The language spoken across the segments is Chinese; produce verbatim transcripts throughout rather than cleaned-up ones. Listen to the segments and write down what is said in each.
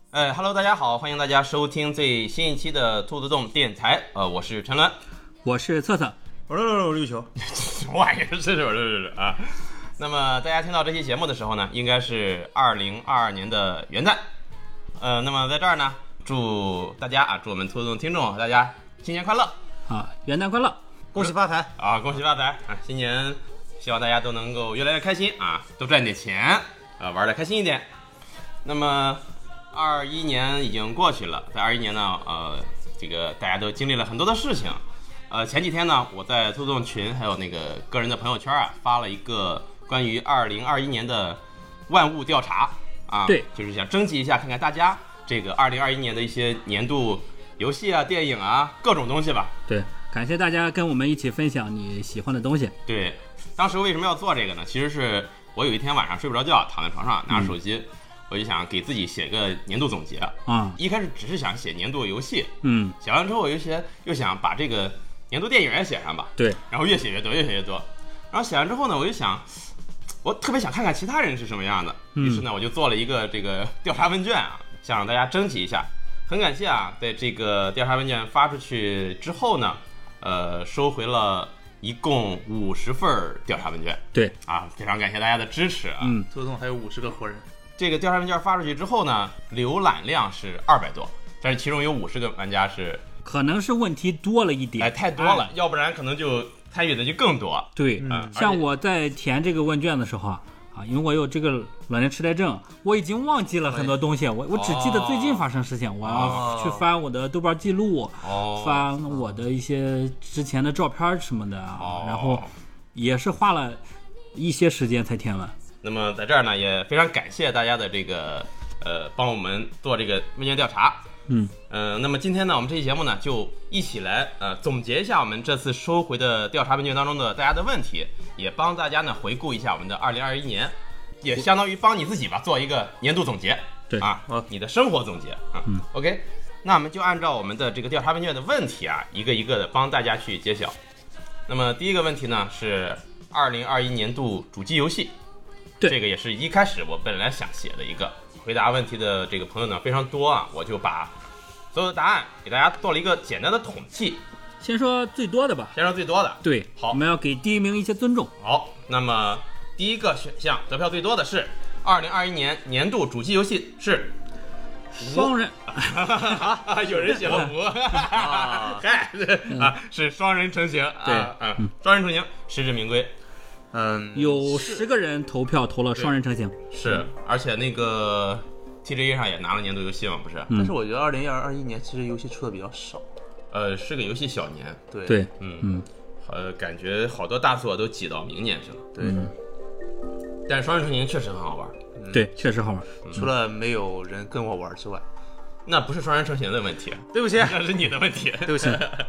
呃 ，Hello， 大家好，欢迎大家收听最新一期的兔子洞电台。呃，我是陈伦， 我是策策， 我是绿球， 什么玩意儿？是是是是啊。那么大家听到这期节目的时候呢，应该是二零二二年的元旦。呃，那么在这儿呢，祝大家啊，祝我们兔子洞听众大家新年快乐啊，元旦快乐， 恭喜发财啊，恭喜发财啊！新年希望大家都能够越来越开心啊，多赚点钱啊，玩得开心一点。那么二一年已经过去了，在二一年呢，呃，这个大家都经历了很多的事情。呃，前几天呢，我在兔洞群还有那个个人的朋友圈啊，发了一个关于二零二一年的万物调查啊， 对， 就是想征集一下，看看大家这个二零二一年的一些年度游戏啊、电影啊各种东西吧。 对，感谢大家跟我们一起分享你喜欢的东西。 对，当时为什么要做这个呢？其实是我有一天晚上睡不着觉，躺在床上拿着手机。嗯，我就想给自己写个年度总结啊， 一开始只是想写年度游戏， 嗯， 写完之后我又写，又想把这个年度电影也写上吧， 对， 然后越写越多，越写越多，然后写完之后呢，我就想，我特别想看看其他人是什么样的， 嗯、 于是呢，我就做了一个这个调查问卷啊，想让大家征集一下。很感谢啊，在这个调查问卷发出去之后呢，呃，收回了一共五十份调查问卷， 对， 啊，非常感谢大家的支持啊， 嗯， 兔子洞还有五十个活人。 这个调查问卷发出去之后呢，浏览量是二百多，但是其中有五十个玩家是， 可能是问题多了一点， 哎，太多了，哎、要不然可能就参与的就更多。 对， 嗯， 像我在填这个问卷的时候啊，啊，因为我有这个老年痴呆症，我已经忘记了很多东西，我我只记得最近发生事情，哦、我要去翻我的豆瓣记录， 哦， 翻我的一些之前的照片什么的， 哦、 然后也是花了一些时间才填完。 那么在这儿呢，也非常感谢大家的这个呃帮我们做这个问卷调查。 嗯呃，那么今天呢，我们这期节目呢，就一起来呃总结一下我们这次收回的调查问卷当中的大家的问题，也帮大家呢回顾一下我们的二零二一年，也相当于帮你自己吧做一个年度总结。 对啊，你的生活总结啊。 嗯 ，OK， 那我们就按照我们的这个调查问卷的问题啊，一个一个的帮大家去揭晓。那么第一个问题呢是二零二一年度主机游戏。 对， 这个也是一开始我本来想写的一个。回答问题的这个朋友呢非常多啊，我就把所有的答案给大家做了一个简单的统计。 先说最多的吧。 先说最多的。 对， 好， 我们要给第一名一些尊重。 好，那么第一个选项得票最多的是二零二一年年度主机游戏是双人。 有人写了五，嗨啊，是双人成行。 对， 啊，双人成行，实至名归。 嗯， 有十个人投票投了双人成行， 是，而且那个 T G A 上也拿了年度游戏嘛，不是？ 嗯、 但是我觉得二零二一年其实游戏出的比较少， 呃，是个游戏小年， 对对， 嗯嗯， 呃，感觉好多大作都挤到明年去了， 对。 嗯、 但是双人成行确实很好玩， 嗯、对，确实好玩， 嗯、除了没有人跟我玩之外， 那不是双人成行的问题， 对不起， 那是你的问题， 对不起。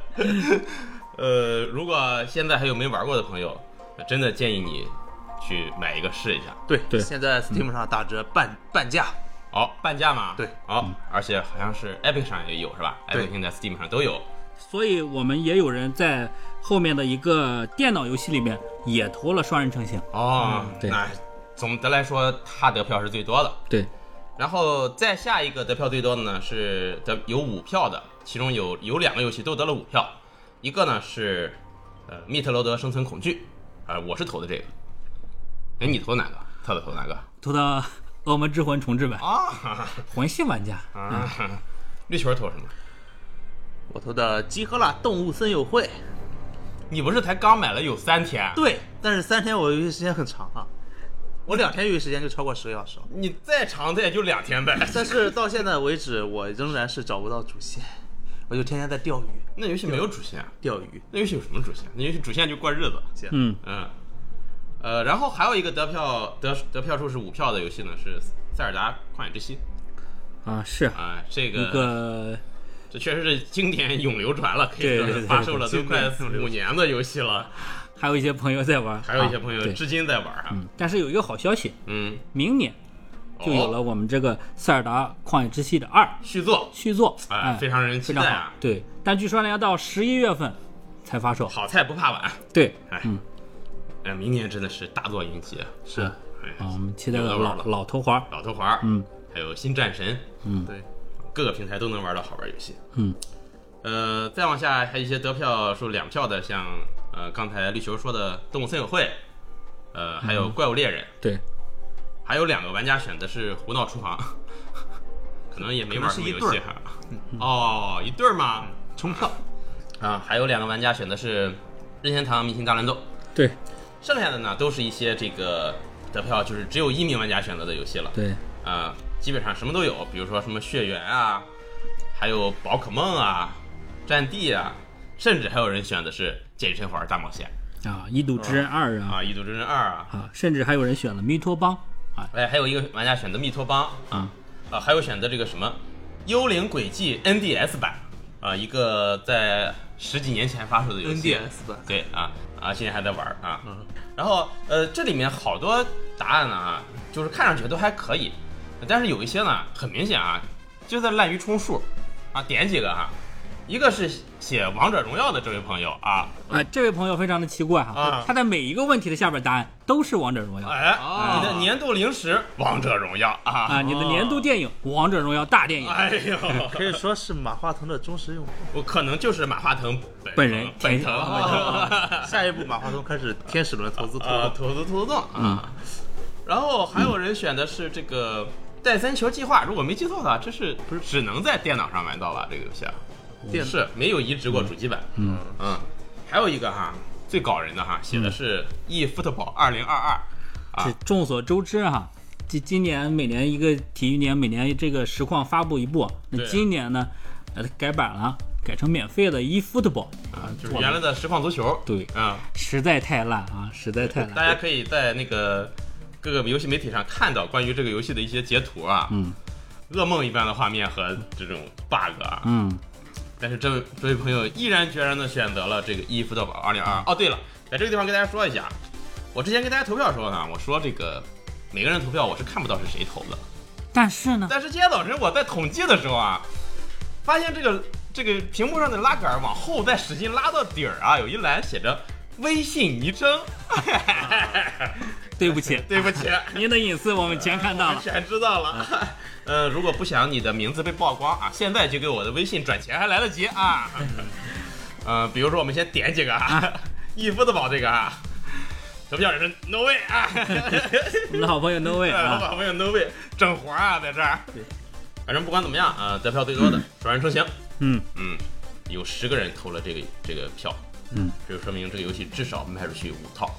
呃，如果现在还有没玩过的朋友，真的建议你去买一个试一下。 对对， 现在 Steam 上打折半、嗯、半价。 哦，半价嘛？ 对， 哦，嗯、而且好像是 Epic 上也有是吧 ？Epic 现在 Steam 上都有。 所以我们也有人在后面的一个电脑游戏里面也投了双人成行。 哦， 嗯、对， 那总的来说，他得票是最多的。 对。 然后再下一个得票最多的呢是得有五票的，其中有有两个游戏都得了五票，一个呢是呃密特罗德生存恐惧。呃，我是投的这个，哎，你投哪个？特特投哪个？ 投的《恶魔之魂》重置版啊， 魂系玩家啊。嗯、绿球投什么？ 我投的《集合了动物森友会》。 你不是才刚买了有三天？ 对，但是三天我游戏时间很长啊，我两天游戏时间就超过十个小时了。 你再长的也就两天呗。 但是到现在为止，我仍然是找不到主线，我就天天在钓鱼。 那游戏没有主线啊？ 钓鱼？ 那游戏有什么主线？那游戏主线就过日子。 嗯嗯，呃，然后还有一个得票得得票数是五票的游戏呢，是《塞尔达旷野之息》 啊，是啊，这个一个这确实是经典永流传了，可以说是发售了都快五年的游戏了。 还有一些朋友在玩， 还有一些朋友至今在玩啊。 嗯，但是有一个好消息， 嗯， 明年就有了我们这个《塞尔达旷野之息》的二续作， 续作， 哎， 哎非常让人期待啊。 对，但据说呢要到十一月份才发售。 好菜不怕晚。 对， 哎， 嗯， 哎，明年真的是大作云集。 是， 啊，我们期待的老老头环， 老头环， 嗯， 还有新战神， 嗯， 对， 各个平台都能玩到好玩游戏。 嗯， 呃，再往下还有一些得票数两票的，像呃刚才绿球说的动物森友会，呃还有怪物猎人， 对， 还有两个玩家选的是胡闹厨房，可能也没玩什么游戏哈。哦，一对儿嘛， 冲票啊，还有两个玩家选的是任天堂明星大乱斗， 对， 剩下的呢都是一些这个得票就是只有一名玩家选择的游戏了。 对， 啊、基本上什么都有，比如说什么血缘啊，还有宝可梦啊、战地啊，甚至还有人选的是健身环大冒险啊，异度之刃二啊， 啊，异度之刃二啊， 啊，甚至还有人选了密托邦啊， 哎，还有一个玩家选择密托邦啊，啊，还有选择这个什么幽灵轨迹 N D S 版啊，一个在十几年前发售的游戏 N D S 版， 对啊啊，今年还在玩啊。 嗯， 然后呃，这里面好多答案呢啊，就是看上去都还可以，但是有一些呢，很明显啊，就在滥竽充数啊，点几个哈、啊。一个是写王者荣耀的这位朋友啊， 啊，这位朋友非常的奇怪哈， 啊他的每一个问题的下边答案都是王者荣耀。 哎， 哦你的年度零食王者荣耀啊啊，你的年度电影《王者荣耀大电影》。 哎呦， 可以说是马化腾的忠实用户。 我可能就是马化腾本本人本腾哦下一步马化腾开始天使轮投资啊， 投投资投资啊。然后还有人选的是这个戴森球计划，如果没记错的话，这是不是只能在电脑上玩到吧？这个游戏啊， 电是没有移植过主机版。 嗯嗯，还有一个哈，最搞人的哈，写的是 eFootball 二零二二啊这，众所周知哈，今今年每年一个体育年，每年这个实况发布一部。那对今年呢，呃，改版了，改成免费的 eFootball 啊，就是原来的实况足球。 对， 啊， 实在太烂啊，实在太烂。 大家可以在那个各个游戏媒体上看到关于这个游戏的一些截图啊， 嗯噩梦一般的画面和这种 bug 啊。 嗯， 但是这位这位朋友毅然决然的选择了这个 eFootball 二零二二。哦，对了，在这个地方跟大家说一下，我之前跟大家投票的时候呢，我说这个每个人投票我是看不到是谁投的， 但是呢， 但是今天早晨我在统计的时候啊，发现这个这个屏幕上的拉杆往后再使劲拉到底儿啊，有一栏写着微信昵称。 对不起， 对不起， 您的隐私我们全看到了。 全知道了。呃，如果不想你的名字被曝光啊，现在就给我的微信转钱还来得及啊。呃，比如说我们先点几个啊，义父的宝这个啊，投票人是 No way 啊， 我们的好朋友 No Way 我啊， 好朋友 No way 整活啊，在这儿。 对， 反正不管怎么样啊，得票最多的双人成行， 嗯嗯，有十个人投了这个这个票， 嗯， 这就说明这个游戏至少卖出去五套。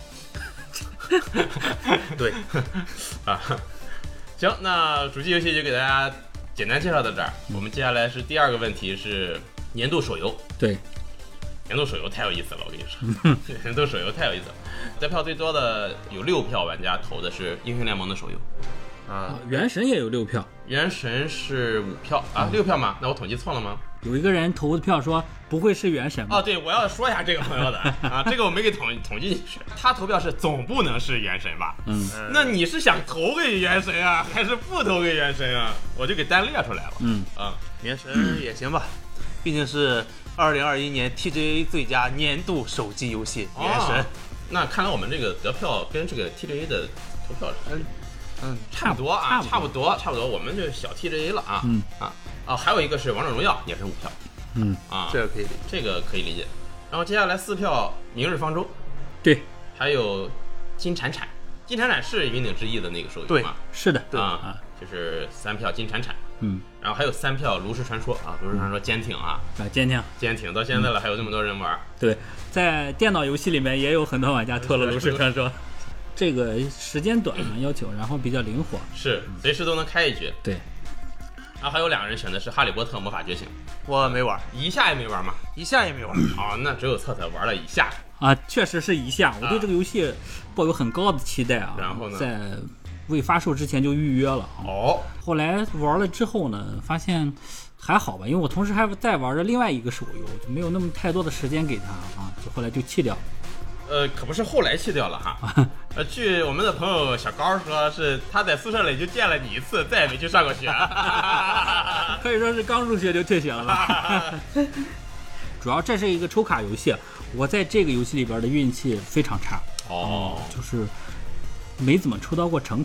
对啊，行，那主机游戏就给大家简单介绍到这儿。我们接下来是第二个问题，是年度手游。 对， 年度手游太有意思了，我跟你说，年度手游太有意思了。得票最多的有六票玩家投的是英雄联盟的手游， 啊， 原神也有六票， 原神是五票啊，六票吗？那我统计错了吗？ 有一个人投的票说不会是原神吧？ 哦，对，我要说一下这个朋友的啊，这个我没给统统计进去。他投票是总不能是原神吧？ 嗯那你是想投给原神啊，还是不投给原神啊？我就给单列出来了。 嗯啊， 原神也行吧，毕竟是二零二一年 T G A 最佳年度手机游戏《原神》 哦那看来我们这个得票跟这个 T G A 的投票是嗯， 差不多啊， 差差不多，差不多，我们就小 T G A 了啊。 嗯啊啊，还有一个是王者荣耀，也是五票嗯， 啊， 这个可以理解。 这个可以理解。然后接下来四票明日方舟， 对， 还有金铲铲，金铲铲是云顶之弈的那个手游对嘛？ 是的， 啊啊， 就是三票金铲铲， 嗯然后还有三票炉石传说啊，炉石传说坚挺啊， 啊，坚挺。 坚挺到现在了，还有这么多人玩。 对，在电脑游戏里面也有很多玩家投了炉石传说。这个时间短嘛，要求，然后比较灵活。 是，随时都能开一局。 对， 然后还有两个人选的是《哈利波特魔法觉醒我没玩，》， 一下也没玩吗？ 一下也没玩。 哦，那只有策策玩了一下。 啊，确实是一下，我对这个游戏抱有很高的期待啊。 然后呢在未发售之前就预约了。 哦， 后来玩了之后呢，发现还好吧，因为我同时还在玩着另外一个手游，就没有那么太多的时间给它啊，就后来就弃掉了。 呃，可不是后来弃掉了哈。呃，据我们的朋友小高说，是他在宿舍里就见了你一次，再也没去上过学。 可以说是刚入学就退学了吧。主要这是一个抽卡游戏，我在这个游戏里边的运气非常差， 哦， 就是没怎么抽到过橙卡。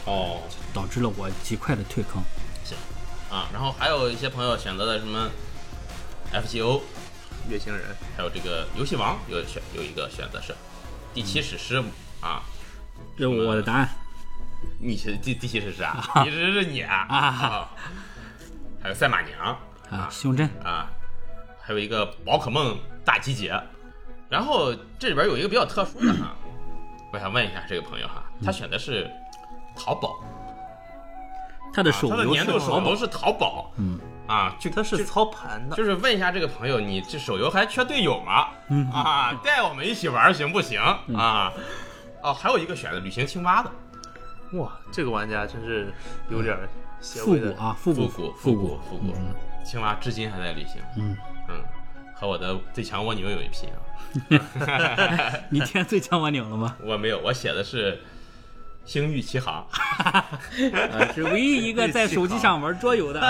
哦， 导致了我极快的退坑。 行啊，然后还有一些朋友选择的什么 F G O 月星人， 还有这个游戏王有选有一个选择是第七史诗啊， 这是我的答案。 你是第第七史诗啊？第七史诗是你啊？ 啊还有赛马娘啊，胸针啊，还有一个宝可梦大集结。然后这里边有一个比较特殊的哈，我想问一下这个朋友哈，他选的是淘宝， 他的手他的游是年度手游淘宝， 是淘宝， 嗯啊，就它是操盘的， 就是问一下这个朋友，你这手游还缺队友吗？ 嗯啊，带我们一起玩行不行？啊，哦，还有一个选的旅行青蛙的， 哇，这个玩家真是有点邪复微的。 古啊，复古复古复古复古，青蛙至今还在旅行， 嗯嗯，和我的最强蜗牛有一拼啊。 你填最强蜗牛了吗？ 我没有，我写的是星域奇航， 呃，是唯一一个在手机上玩桌游的。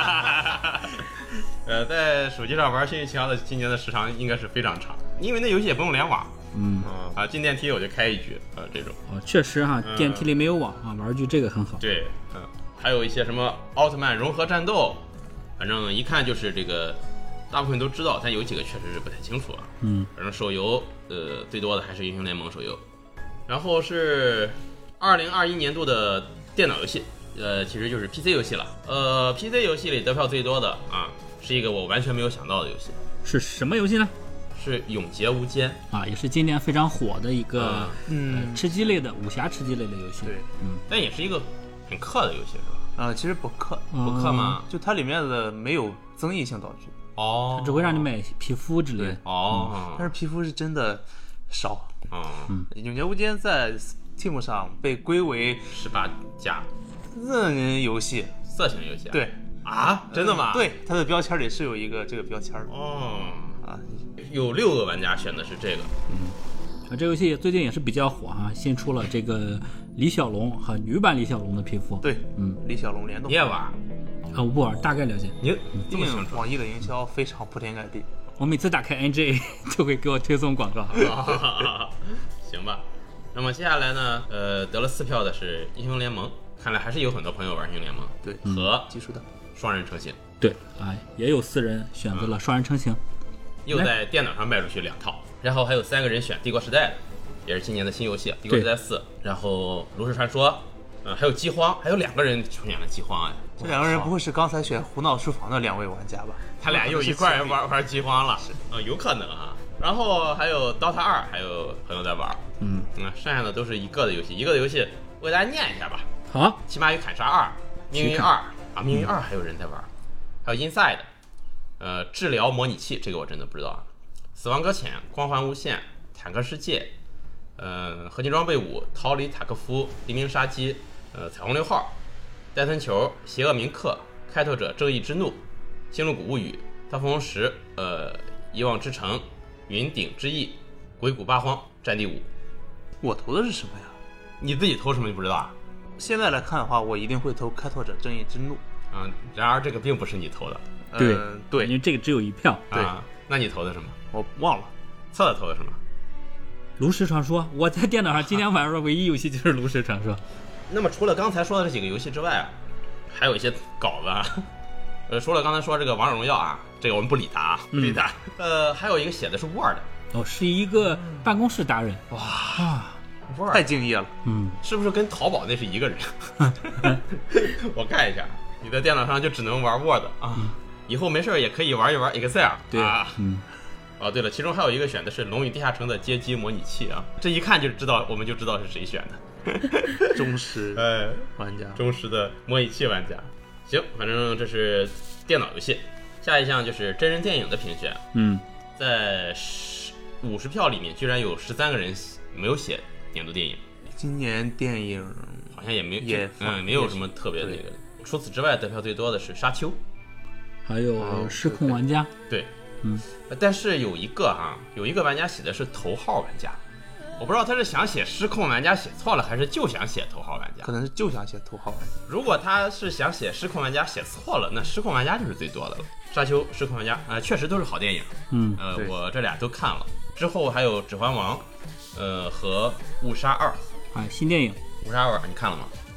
呃，在手机上玩星域奇航的今年的时长应该是非常长，因为那游戏也不用联网。 嗯， 啊，进电梯我就开一局，呃，这种。 哦，确实哈， 嗯电梯里没有网啊，玩句这个很好。 对，嗯，还有一些什么奥特曼融合战斗，反正一看就是这个，大部分都知道，但有几个确实是不太清楚啊。 嗯， 反正手游，呃，最多的还是英雄联盟手游，然后是二零二一年度的电脑游戏，呃，其实就是 P C 游戏了。呃 ，P C 游戏里得票最多的啊，是一个我完全没有想到的游戏， 是什么游戏呢？ 是《永劫无间》。 啊，也是今年非常火的一个嗯呃，吃鸡类的武侠吃鸡类的游戏。 对， 但也是一个很氪的游戏，是吧？ 啊，其实不氪， 嗯， 不氪吗？ 就它里面的没有增益性道具， 哦， 只会让你买皮肤之类的。 哦， 但是皮肤是真的少。 哦， 永劫无间在 Steam 上被归为十八加热人游戏， 色情游戏啊？ 对啊，真的吗？， 对，它的标签里是有一个这个标签的哦， 啊。 有六个玩家选的是这个， 啊，这游戏最近也是比较火啊，新出了这个李小龙和女版李小龙的皮肤。， 对， 嗯， 李小龙联动你，也玩？ 啊，我不玩，大概了解。 你这毕么清楚？ 竟网易的营销非常铺天盖地。 我每次打开 N G A 就会给我推送广告。 行吧。那么接下来呢？呃，得了四票的是英雄联盟，看来还是有很多朋友玩英雄联盟对， 和技术的， 双人成行， 对啊，也有四人选择了双人成行。 又在电脑上卖出去两套，然后还有三个人选帝国时代的，也是今年的新游戏《帝国时代四》，然后炉石传说，嗯、还有饥荒，还有两个人出现了饥荒哎， 这两个人不会是刚才选胡闹书房的两位玩家吧？ 他俩又一块儿玩玩饥荒了，嗯，有可能啊。然后还有 Dota 二，还有朋友在玩， 嗯嗯，剩下的都是一个的游戏，一个的游戏我给大家念一下吧， 好， 起码有砍杀二、命运二啊，命运二还有人在玩，还有 Inside， 呃，治疗模拟器这个我真的不知道啊，死亡搁浅、光环无限、坦克世界，呃，合金装备五、逃离塔科夫、黎明杀机，呃，彩虹六号、戴森球、邪恶铭刻、开拓者正义之怒、星露谷物语、大风石，呃，遗忘之城、云顶之翼、鬼谷八荒、战地五。 我投的是什么呀？ 你自己投什么你不知道啊？ 现在来看的话，我一定会投开拓者正义之怒。 嗯，然而这个并不是你投的， 对嗯因对， 为这个只有一票。 对啊，那你投的什么？ 我忘了。 策策投的什么？ 炉石传说，我在电脑上今天玩的唯一游戏就是炉石传说。 那么除了刚才说的这几个游戏之外啊，还有一些稿子啊。呃，除了刚才说这个王者荣耀啊，这个我们不理他啊，不理他。呃，还有一个写的是 Word，Word 哦，是一个办公室达人。哇啊， 太敬业了。 嗯， 是不是跟淘宝那是一个人？我看一下，你在电脑上就只能玩 Word 啊，以后没事儿也可以玩一玩 Excel。 对， 啊， 嗯， 哦，对了，其中还有一个选的是《龙与地下城》的街机模拟器啊，这一看就知道，我们就知道是谁选的。 忠实哎， 玩家。 忠实的模拟器玩家。行，反正这是电脑游戏。下一项就是真人电影的评选， 嗯， 在十五十票里面，居然有十三个人没有写年度电影， 今年电影好像也没也嗯没有什么特别的那个。除此之外，得票最多的是《沙丘》， 还有失控玩家。 对， 嗯， 但是有一个哈，有一个玩家写的是头号玩家，我不知道他是想写失控玩家写错了，还是就想写头号玩家可。能是就想写头号玩家。 如果他是想写失控玩家写错了，那失控玩家就是最多的了。沙丘、失控玩家啊、呃，确实都是好电影。 嗯， 呃， 对我这俩都看了。之后还有《指环王》，呃和《误杀二》。 啊，新电影 《误杀二》你看了吗？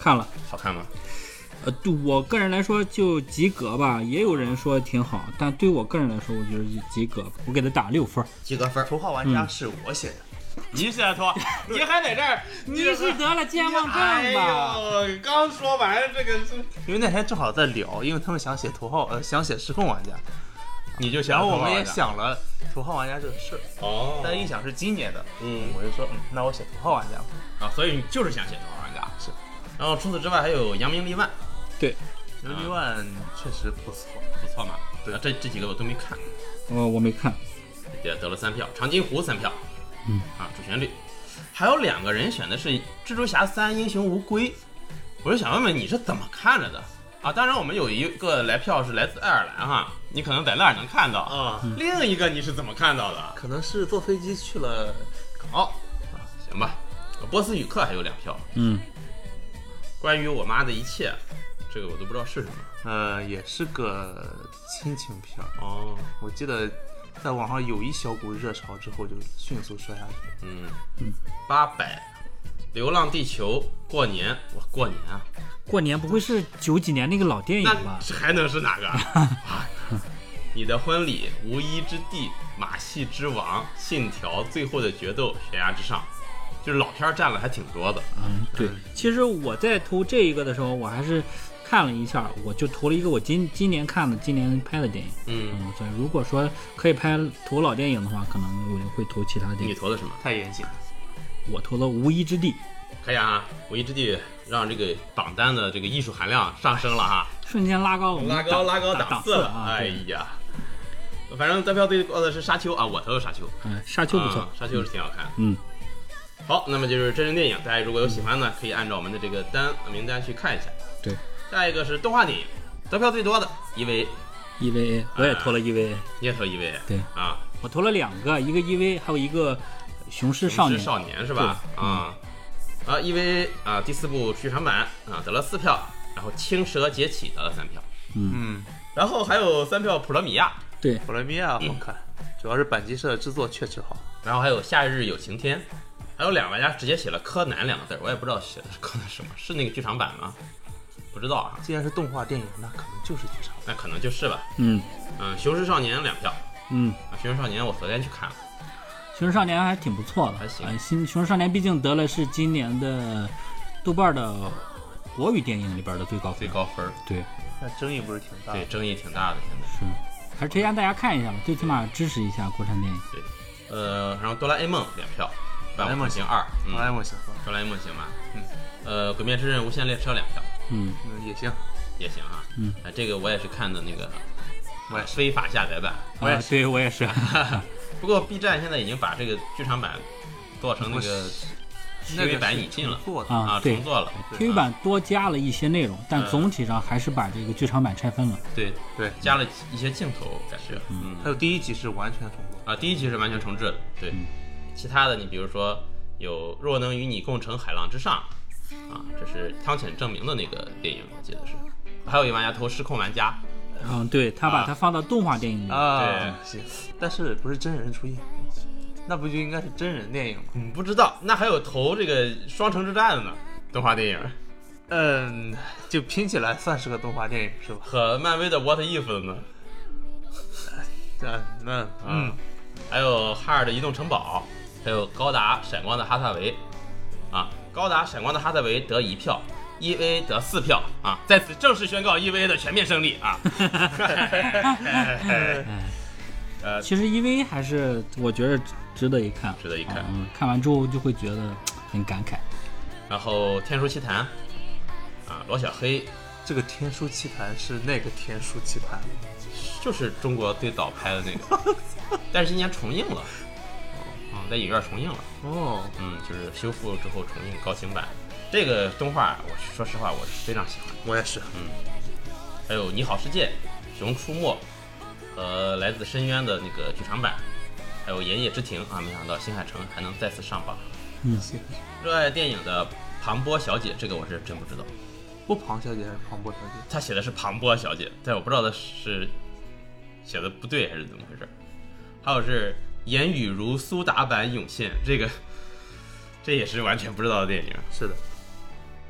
看了。 好看吗？ 呃，对我个人来说就及格吧，也有人说挺好，但对我个人来说，我觉得及格，我给他打六分。 及格分。 头号玩家是我写的， 你写的头，你还在这儿？ 你是得了健忘症吧？ 哎呦，刚说完这个， 因为那天正好在聊，因为他们想写头号，呃，想写失控玩家， 你就想， 然后我们也想了头号玩家这个事儿， 哦， 但一想是今年的， 嗯， 我就说，嗯，那我写头号玩家吧。 啊，所以你就是想写头号玩家是。然后除此之外还有扬名立万， 对， 扬名立万确实不错， 不错嘛。对，这这几个我都没看， 呃，我没看， 也得了三票，长津湖三票， 嗯啊，主旋律。还有两个人选的是蜘蛛侠三英雄无归，我就想问问你是怎么看着的啊？当然我们有一个来票是来自爱尔兰哈，你可能在那儿能看到啊， 另一个你是怎么看到的？ 可能是坐飞机去了港澳啊，行吧。波斯语课还有两票， 嗯， 关于我妈的一切，这个我都不知道是什么。 呃，也是个亲情片哦， 我记得在网上有一小股热潮之后就迅速摔下去。 嗯嗯，八百，流浪地球，过年，哇，过年啊！ 过年不会是九几年那个老电影吧？ 那还能是哪个？你的婚礼，无依之地，马戏之王，信条，最后的决斗，悬崖之上，就是老片占了还挺多的。 嗯，对。其实我在投这一个的时候，我还是看了一下，我就投了一个我今今年看的、今年拍的电影。 嗯嗯，所以如果说可以拍投老电影的话，可能我就会投其他电影。 你投的什么？ 太严谨了。 我投了《无依之地》。 可以啊，无依之地让这个榜单的这个艺术含量上升了哈， 瞬间拉高我们拉高拉高档档次了。 啊！ 哎呀，反正得票最高的是沙丘啊，我投的沙丘。 嗯，沙丘不错， 啊、沙丘是挺好看的。 嗯， 好，那么就是真人电影，大家如果有喜欢的，可以按照我们的这个单名单去看一下。 对， 下一个是动画电影，得票最多的 E V E V A， 我也投了 E V A，、 啊、你也投 E V A。 对啊， 我投了两个，一个 E V， 还有一个雄狮少年。 雄狮少年是吧？啊、嗯、啊 E V A 啊，第四部剧场版啊得了四票，然后青蛇劫起得了三票。 嗯嗯， 然后还有三票普罗米亚。 对， 普罗米亚好看，嗯、主要是板机社的制作确实好。 然后还有夏日有晴天，还有两个玩家直接写了柯南两个字，我也不知道写的是柯南什么，是那个剧场版吗？不知道啊。 既然是动画电影，那可能就是剧场版， 那可能就是吧。 嗯嗯，雄狮少年两票。 嗯， 啊，雄狮少年我昨天去看了， 雄狮少年还挺不错的， 还行。 呃、新雄狮少年毕竟得了是今年的豆瓣的国语电影里边的最高分， 最高分。 对， 那争议不是挺大的？ 对，争议挺大的，现在是，还是推荐大家看一下吧，最起码支持一下国产电影。 对，呃，然后哆啦 A 梦两票，万物航行二， 哆啦 A 梦行吧？ 哆啦 A 梦行吧？嗯，呃，鬼灭之刃无限列车两票， 嗯嗯，也行， 也行啊。 嗯， 啊，这个我也是看的那个， 我也非法下载版， 我也、啊、对我也是。 不过 B 站现在已经把这个剧场版做成那个 T V 版引进了啊， 啊，重做了。 T V 版多加了一些内容，但总体上还是把这个剧场版拆分了。 对对， 加了一些镜头感觉。嗯， 还有第一集是完全重做啊，第一集是完全重置的。对， 嗯、 其他的你比如说有若能与你共乘海浪之上啊，这是汤浅证明的那个电影，我记得是。还有一玩家投失控玩家。 嗯，对他把它放到动画电影里啊， 对， 行，但是不是真人出演，那不就应该是真人电影吗？ 嗯，不知道，那还有投这个双城之战的呢，动画电影， 嗯，就拼起来算是个动画电影是吧？ 和漫威的 What If 的呢？ 嗯，那嗯， 还有哈尔的移动城堡，还有高达闪光的哈萨维，啊，高达闪光的哈萨维得一票。E V A 得四票啊！在此正式宣告 E V A 的全面胜利啊！ 呃，其实 E V A 还是我觉得值得一看， 值得一看。 嗯，看完之后就会觉得很感慨。 然后《天书奇谭》啊，罗小黑， 这个《天书奇谭》是那个《天书奇谭》， 就是中国最早拍的那个，但是今年重映了，啊，在影院重映了。 哦， 嗯，就是修复之后重映高清版。这个动画，我说实话，我是非常喜欢。 我也是。 嗯，还有《你好世界》、《熊出没》和《来自深渊》的那个剧场版，还有《盐业之庭》啊，没想到新海诚还能再次上榜。 嗯， 热爱电影的庞波小姐，这个我是真不知道。 波庞小姐还是庞波小姐？ 她写的是庞波小姐，但我不知道她是写的不对还是怎么回事。还有是《言语如苏打版涌现》，这个这也是完全不知道的电影。 是的。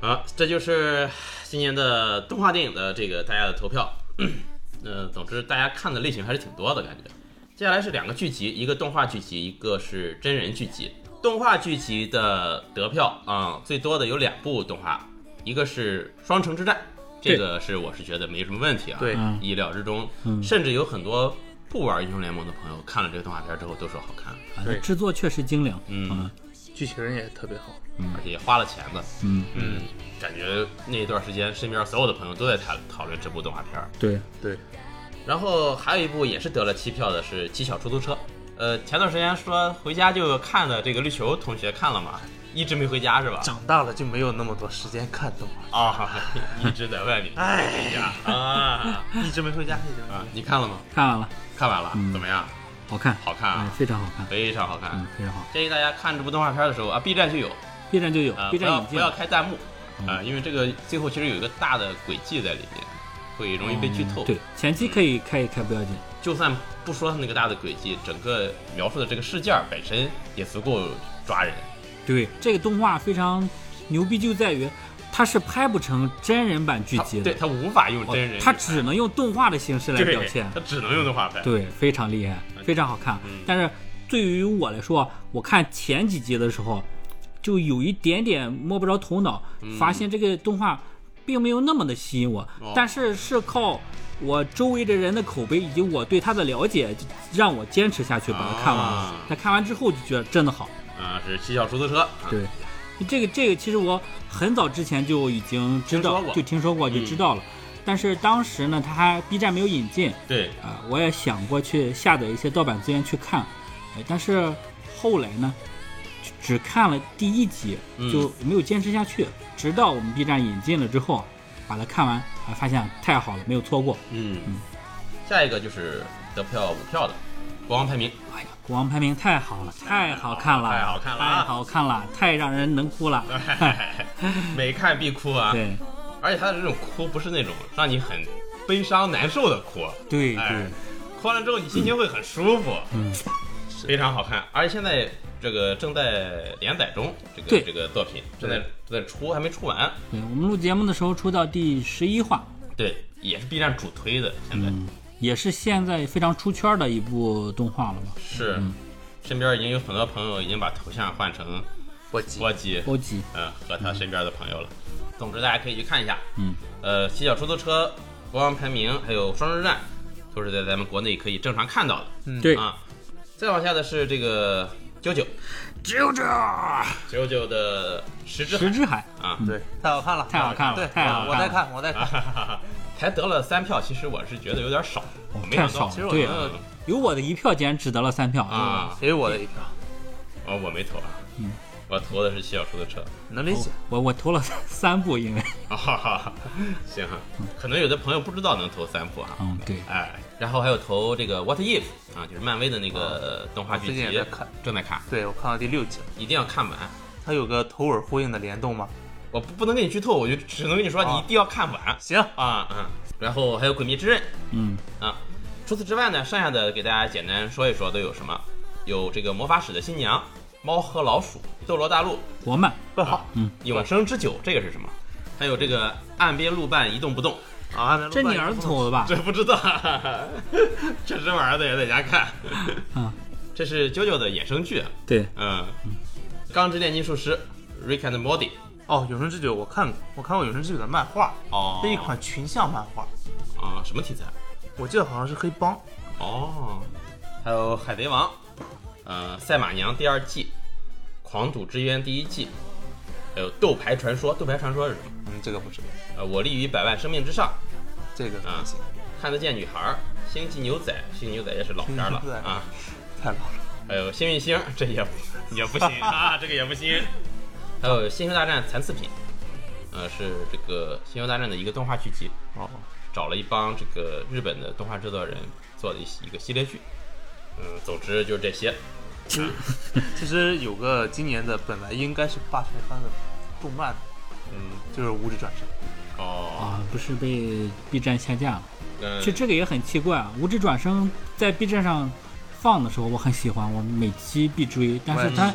好，这就是今年的动画电影的这个大家的投票。呃，总之大家看的类型还是挺多的感觉。接下来是两个剧集，一个动画剧集，一个是真人剧集。动画剧集的得票啊、嗯，最多的有两部动画，一个是《双城之战》，这个是我是觉得没什么问题啊， 对， 意料之中， 嗯、 甚至有很多不玩英雄联盟的朋友看了这个动画片之后都说好看， 啊，制作确实精良， 嗯， 嗯剧情也特别好， 嗯，而且也花了钱的， 嗯嗯，感觉那一段时间身边所有的朋友都在讨讨论这部动画片， 对对。 然后还有一部也是得了七票的是《骑小出租车》。呃，前段时间说回家就看的这个绿球同学看了吗？一直没回家是吧？ 长大了就没有那么多时间看动画啊，一直在外面哎回家啊， 一直没回家，一直没回家啊，你看了吗？ 看完了， 看完了， 嗯、 怎么样？ 好看， 好看啊， 哎、非常好看， 非常好看， 嗯，非常好。 建议大家看这部动画片的时候啊 ，B 站就有 ，B 站就有、 啊、 ，B 站引进， 不要开弹幕啊、 嗯， 因为这个最后其实有一个大的轨迹在里面，会容易被剧透。 嗯、对，前期可以开一开不要紧。 就算不说那个大的轨迹，整个描述的这个事件本身也足够抓人。 对，这个动画非常牛逼，就在于它是拍不成真人版剧集的， 对，它无法用真人、 哦，它只能用动画的形式来表现， 它只能用动画拍。 对，非常厉害，非常好看。 嗯、 但是对于我来说，我看前几集的时候，就有一点点摸不着头脑， 嗯、 发现这个动画并没有那么的吸引我， 哦、 但是是靠我周围的人的口碑以及我对他的了解，让我坚持下去把它看完了。那、啊、看完之后就觉得真的好。 啊，是骑小出租车。 对，这个这个其实我很早之前就已经知道，就听说过，就知道了。嗯、但是当时呢，它还 B 站没有引进。 对啊、呃，我也想过去下载一些盗版资源去看，哎，但是后来呢，只看了第一集就没有坚持下去。嗯、直到我们 B 站引进了之后，把它看完，还发现太好了，没有错过。 嗯嗯。下一个就是得票五票的国王排名。 哎呀，国王排名太好了，太好看了， 太好看了， 太好看了，太让人能哭了。 每看必哭啊！ 对， 而且他的这种哭不是那种让你很悲伤难受的哭， 对对， 哎、哭完了之后你心情会很舒服， 嗯， 非常好看。而且现在这个正在连载中，这个这个作品正在正在出，还没出完。 对，我们录节目的时候出到第十一话， 对，也是 B 站主推的，现在。 嗯，也是现在非常出圈的一部动画了吧？ 是，嗯、身边已经有很多朋友已经把头像换成波吉， 波吉， 波吉， 嗯，和他身边的朋友了。嗯、总之，大家可以去看一下。 嗯， 呃，骑小出租车、国王排名还有双日战，都是在咱们国内可以正常看到的。 嗯，对啊。再往下的是这个九九， 九九， 九九的十之十之海啊， 对，太好看了， 太好看了， 对， 太好看了， 我在看，我在看。 才得了三票，其实我是觉得有点少，我没太少了。对， 嗯、 有我的一票，竟然只得了三票啊！ 也有我的一票， 哦，我没投啊， 嗯， 我投的是骑小出租车， 能理解。 我我投了三部，因为啊哈哈，行，可能有的朋友不知道能投三部哈。 嗯，对， 哎，然后还有投这个 What If 啊，就是漫威的那个动画剧集， 最近在看， 正在看。 对，我看到第六集了， 一定要看完。 它有个头尾呼应的联动吗？ 我不不能给你剧透，我就只能跟你说，你一定要看完。 行啊，嗯。然后还有《鬼灭之刃》， 嗯啊，除此之外呢，剩下的给大家简单说一说都有什么？有这个魔法使的新娘、猫和老鼠、斗罗大陆、 国漫不好， 嗯， 永生之酒，这个是什么？还有这个岸边路伴一动不动啊， 这你儿子投的吧？ 这不知道，这是我儿子也在家看。 啊， 这是啾啾的衍生剧， 对， 嗯，钢之炼金术师 Rick and Morty。 哦，永生之酒我看过，我看过永生之酒的漫画， 哦， 是一款群像漫画， 啊，什么题材？ 我记得好像是黑帮。 哦，还有海贼王，呃，赛马娘第二季，狂赌之渊第一季，还有斗牌传说，斗牌传说是什么？ 嗯，这个不知道。 呃，我立于百万生命之上， 这个啊，看得见女孩，星际牛仔，星际牛仔也是老片了啊， 太老了。 还有幸运星，这也也不行啊，这个也不行。还有《星球大战残次品》，呃，是这个《星球大战》的一个动画剧集， 哦， 找了一帮这个日本的动画制作人做的一一个系列剧，嗯，总之就是这些。 其实有个今年的本来应该是霸权番的动漫，嗯，就是《无职转生》。 哦啊，不是被 B 站下架了？ 嗯， 其实这个也很奇怪啊，《无职转生》在 B 站上放的时候我很喜欢，我每期必追，但是它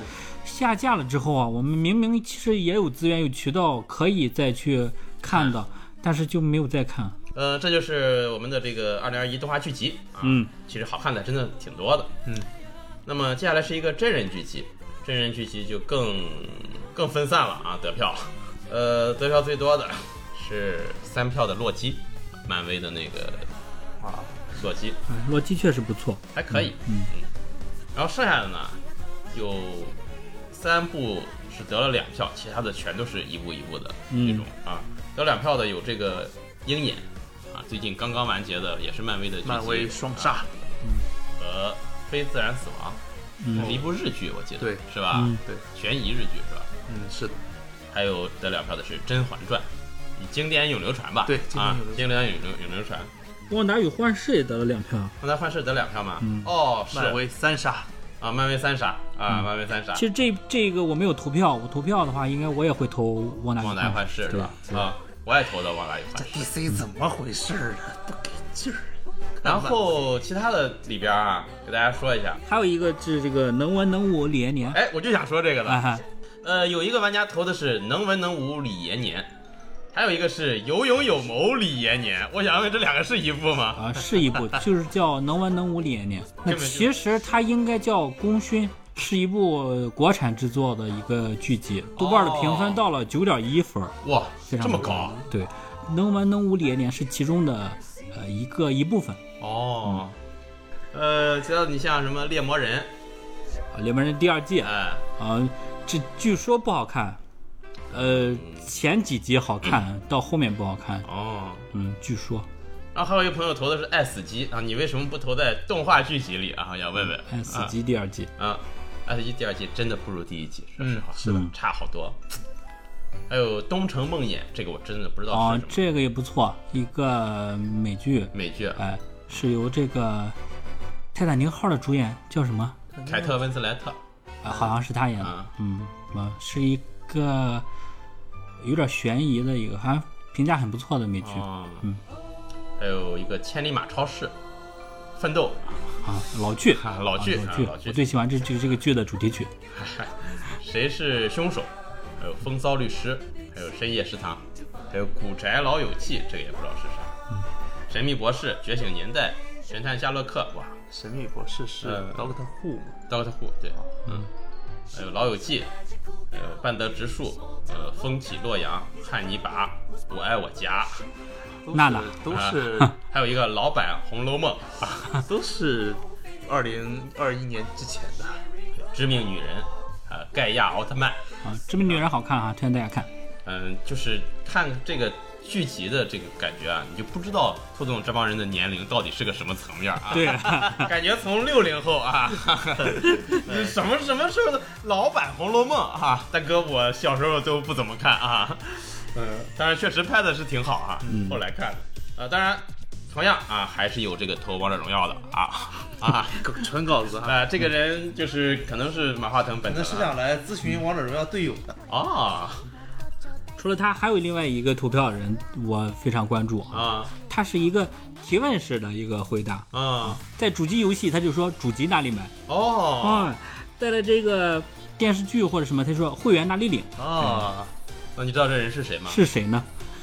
下架了之后啊，我们明明其实也有资源有渠道可以再去看的，但是就没有再看。 呃，这就是我们的这个二零二一动画剧集啊， 嗯， 其实好看的真的挺多的， 嗯。 那么接下来是一个真人剧集，真人剧集就更更分散了啊，得票，呃，得票最多的是三票的洛基，漫威的那个啊， 洛基， 嗯，洛基确实不错， 还可以， 嗯嗯，然后剩下的呢，有三部是得了两票，其他的全都是一部一部的这种、 嗯、 啊，得两票的有这个鹰眼啊，最近刚刚完结的，也是漫威的剧集， 漫威双杀， 嗯， 和非自然死亡， 嗯， 是一部日剧，我记得， 对， 是吧？ 嗯， 对， 悬疑日剧是吧？ 嗯，是的。 还有得两票的是《甄嬛传》，以经典永流传吧？ 对， 啊，经典永流永流传。 旺达与幻视也得了两票， 旺达幻视得两票吗？ 嗯， 哦，是漫威三杀啊，漫威三杀啊， 嗯、 漫威三杀。 其实这这个我没有投票，我投票的话，应该我也会投旺达旺达幻视是吧？啊，我也投的旺达与幻视。 这 D C 怎么回事啊？不给劲儿。 然后其他的里边啊，给大家说一下， 还有一个是这个能文能武李延年。 哎，我就想说这个的。 啊、 呃，有一个玩家投的是能文能武李延年，还有一个是有勇有谋李延年。我想问，这两个是一部吗？ 啊，是一部，就是叫能文能武李延年。那其实它应该叫功勋，是一部国产制作的一个剧集，豆瓣的评分到了九点一分， 哇， 非常这么高。 对，能文能武李延年是其中的呃一个一部分。 哦，嗯、呃，其他的你像什么猎魔人， 啊，猎魔人第二季， 哎， 啊，这据说不好看，呃，前几集好看， 嗯、 到后面不好看。 哦， 嗯，据说。 然后还有一个朋友投的是爱死机啊，你为什么不投在动画剧集里啊？要问问。 爱死机第二季啊，爱死机第二季真的不如第一季，说实话， 嗯、是的， 差好多。还有东城梦魇，这个我真的不知道是什么。 哦，这个也不错，一个美剧。 美剧， 哎，是由这个泰坦尼克号的主演叫什么？ 凯特温斯莱特， 啊，好像是他演的。 啊、 嗯，啊，是一个有点悬疑的一个，好像评价很不错的美剧。 哦、 嗯， 还有一个千里马超市，奋斗啊，老剧， 啊、老剧， 啊、老剧， 啊、老剧， 我最喜欢这这这个剧的主题曲。 谁是凶手？还有风骚律师，还有深夜食堂，还有古宅老友记，这个也不知道是啥。 嗯， 神秘博士、觉醒年代、神探夏洛克，哇， 神秘博士是 Doctor Who 吗 ？Doctor Who， 对，嗯，还有老友记，还有半德直树，呃，风起洛阳、汉尼拔、我爱我家， 娜娜都是， 啊、还有一个老版《红楼梦》 啊，都是二零二一年之前的。 致命女人。呃，盖亚奥特曼啊，这名女人好看啊，推荐大家看。 嗯，就是看这个剧集的这个感觉啊，你就不知道兔总这帮人的年龄到底是个什么层面啊？ 对啊， 感觉从六零后啊，什么什么时候的老版《红楼梦》啊，大哥，我小时候都不怎么看啊。嗯，当然确实拍的是挺好啊， 嗯、 后来看的。呃，当然。同样啊，还是有这个投王者荣耀的啊啊， 纯稿子啊、呃，这个人就是可能是马化腾本人， 可能是想来咨询王者荣耀队友的啊。 除了他，还有另外一个投票的人，我非常关注啊。 他是一个提问式的一个回答啊， 在主机游戏他就说主机哪里买哦， 啊，在了这个电视剧或者什么，他说会员哪里领啊。那、嗯、你知道这人是谁吗？ 是谁呢？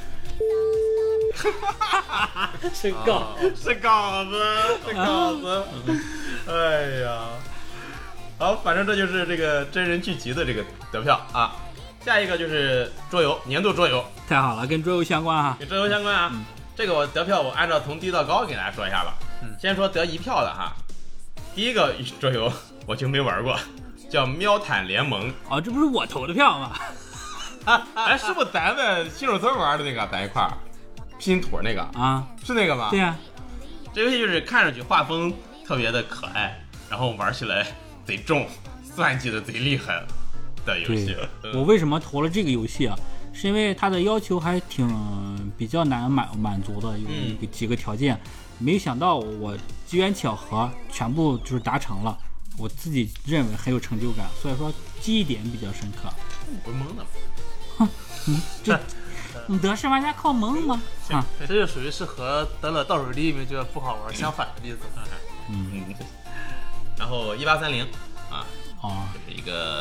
是稿、 啊，是稿子，是稿子。哎呀，好，反正这就是这个真人剧集的这个得票啊。下一个就是桌游，年度桌游。 太好了，跟桌游相关啊， 跟桌游相关啊。嗯、这个我得票，我按照从低到高给大家说一下吧。嗯、先说得一票的哈，第一个桌游我就没玩过，叫喵坦联盟。 哦，这不是我投的票吗？ 哎，是不是咱在新手村玩的那个？咱一块儿。拼图那个啊， 是那个吗？ 对呀、啊， 这游戏就是看上去画风特别的可爱，然后玩起来贼重，算计的贼厉害的游戏。 嗯、我为什么投了这个游戏啊？是因为它的要求还挺比较难满满足的，有一个几个条件，嗯、没想到我机缘巧合全部就是达成了，我自己认为很有成就感，所以说记忆点比较深刻。 不是蒙的吗？ 哼，嗯，这。你得势玩家靠蒙吗？啊， 这就属于是和得了倒数第一名觉得不好玩相反的例子。 嗯，然后一八三零啊， 哦， 就是一个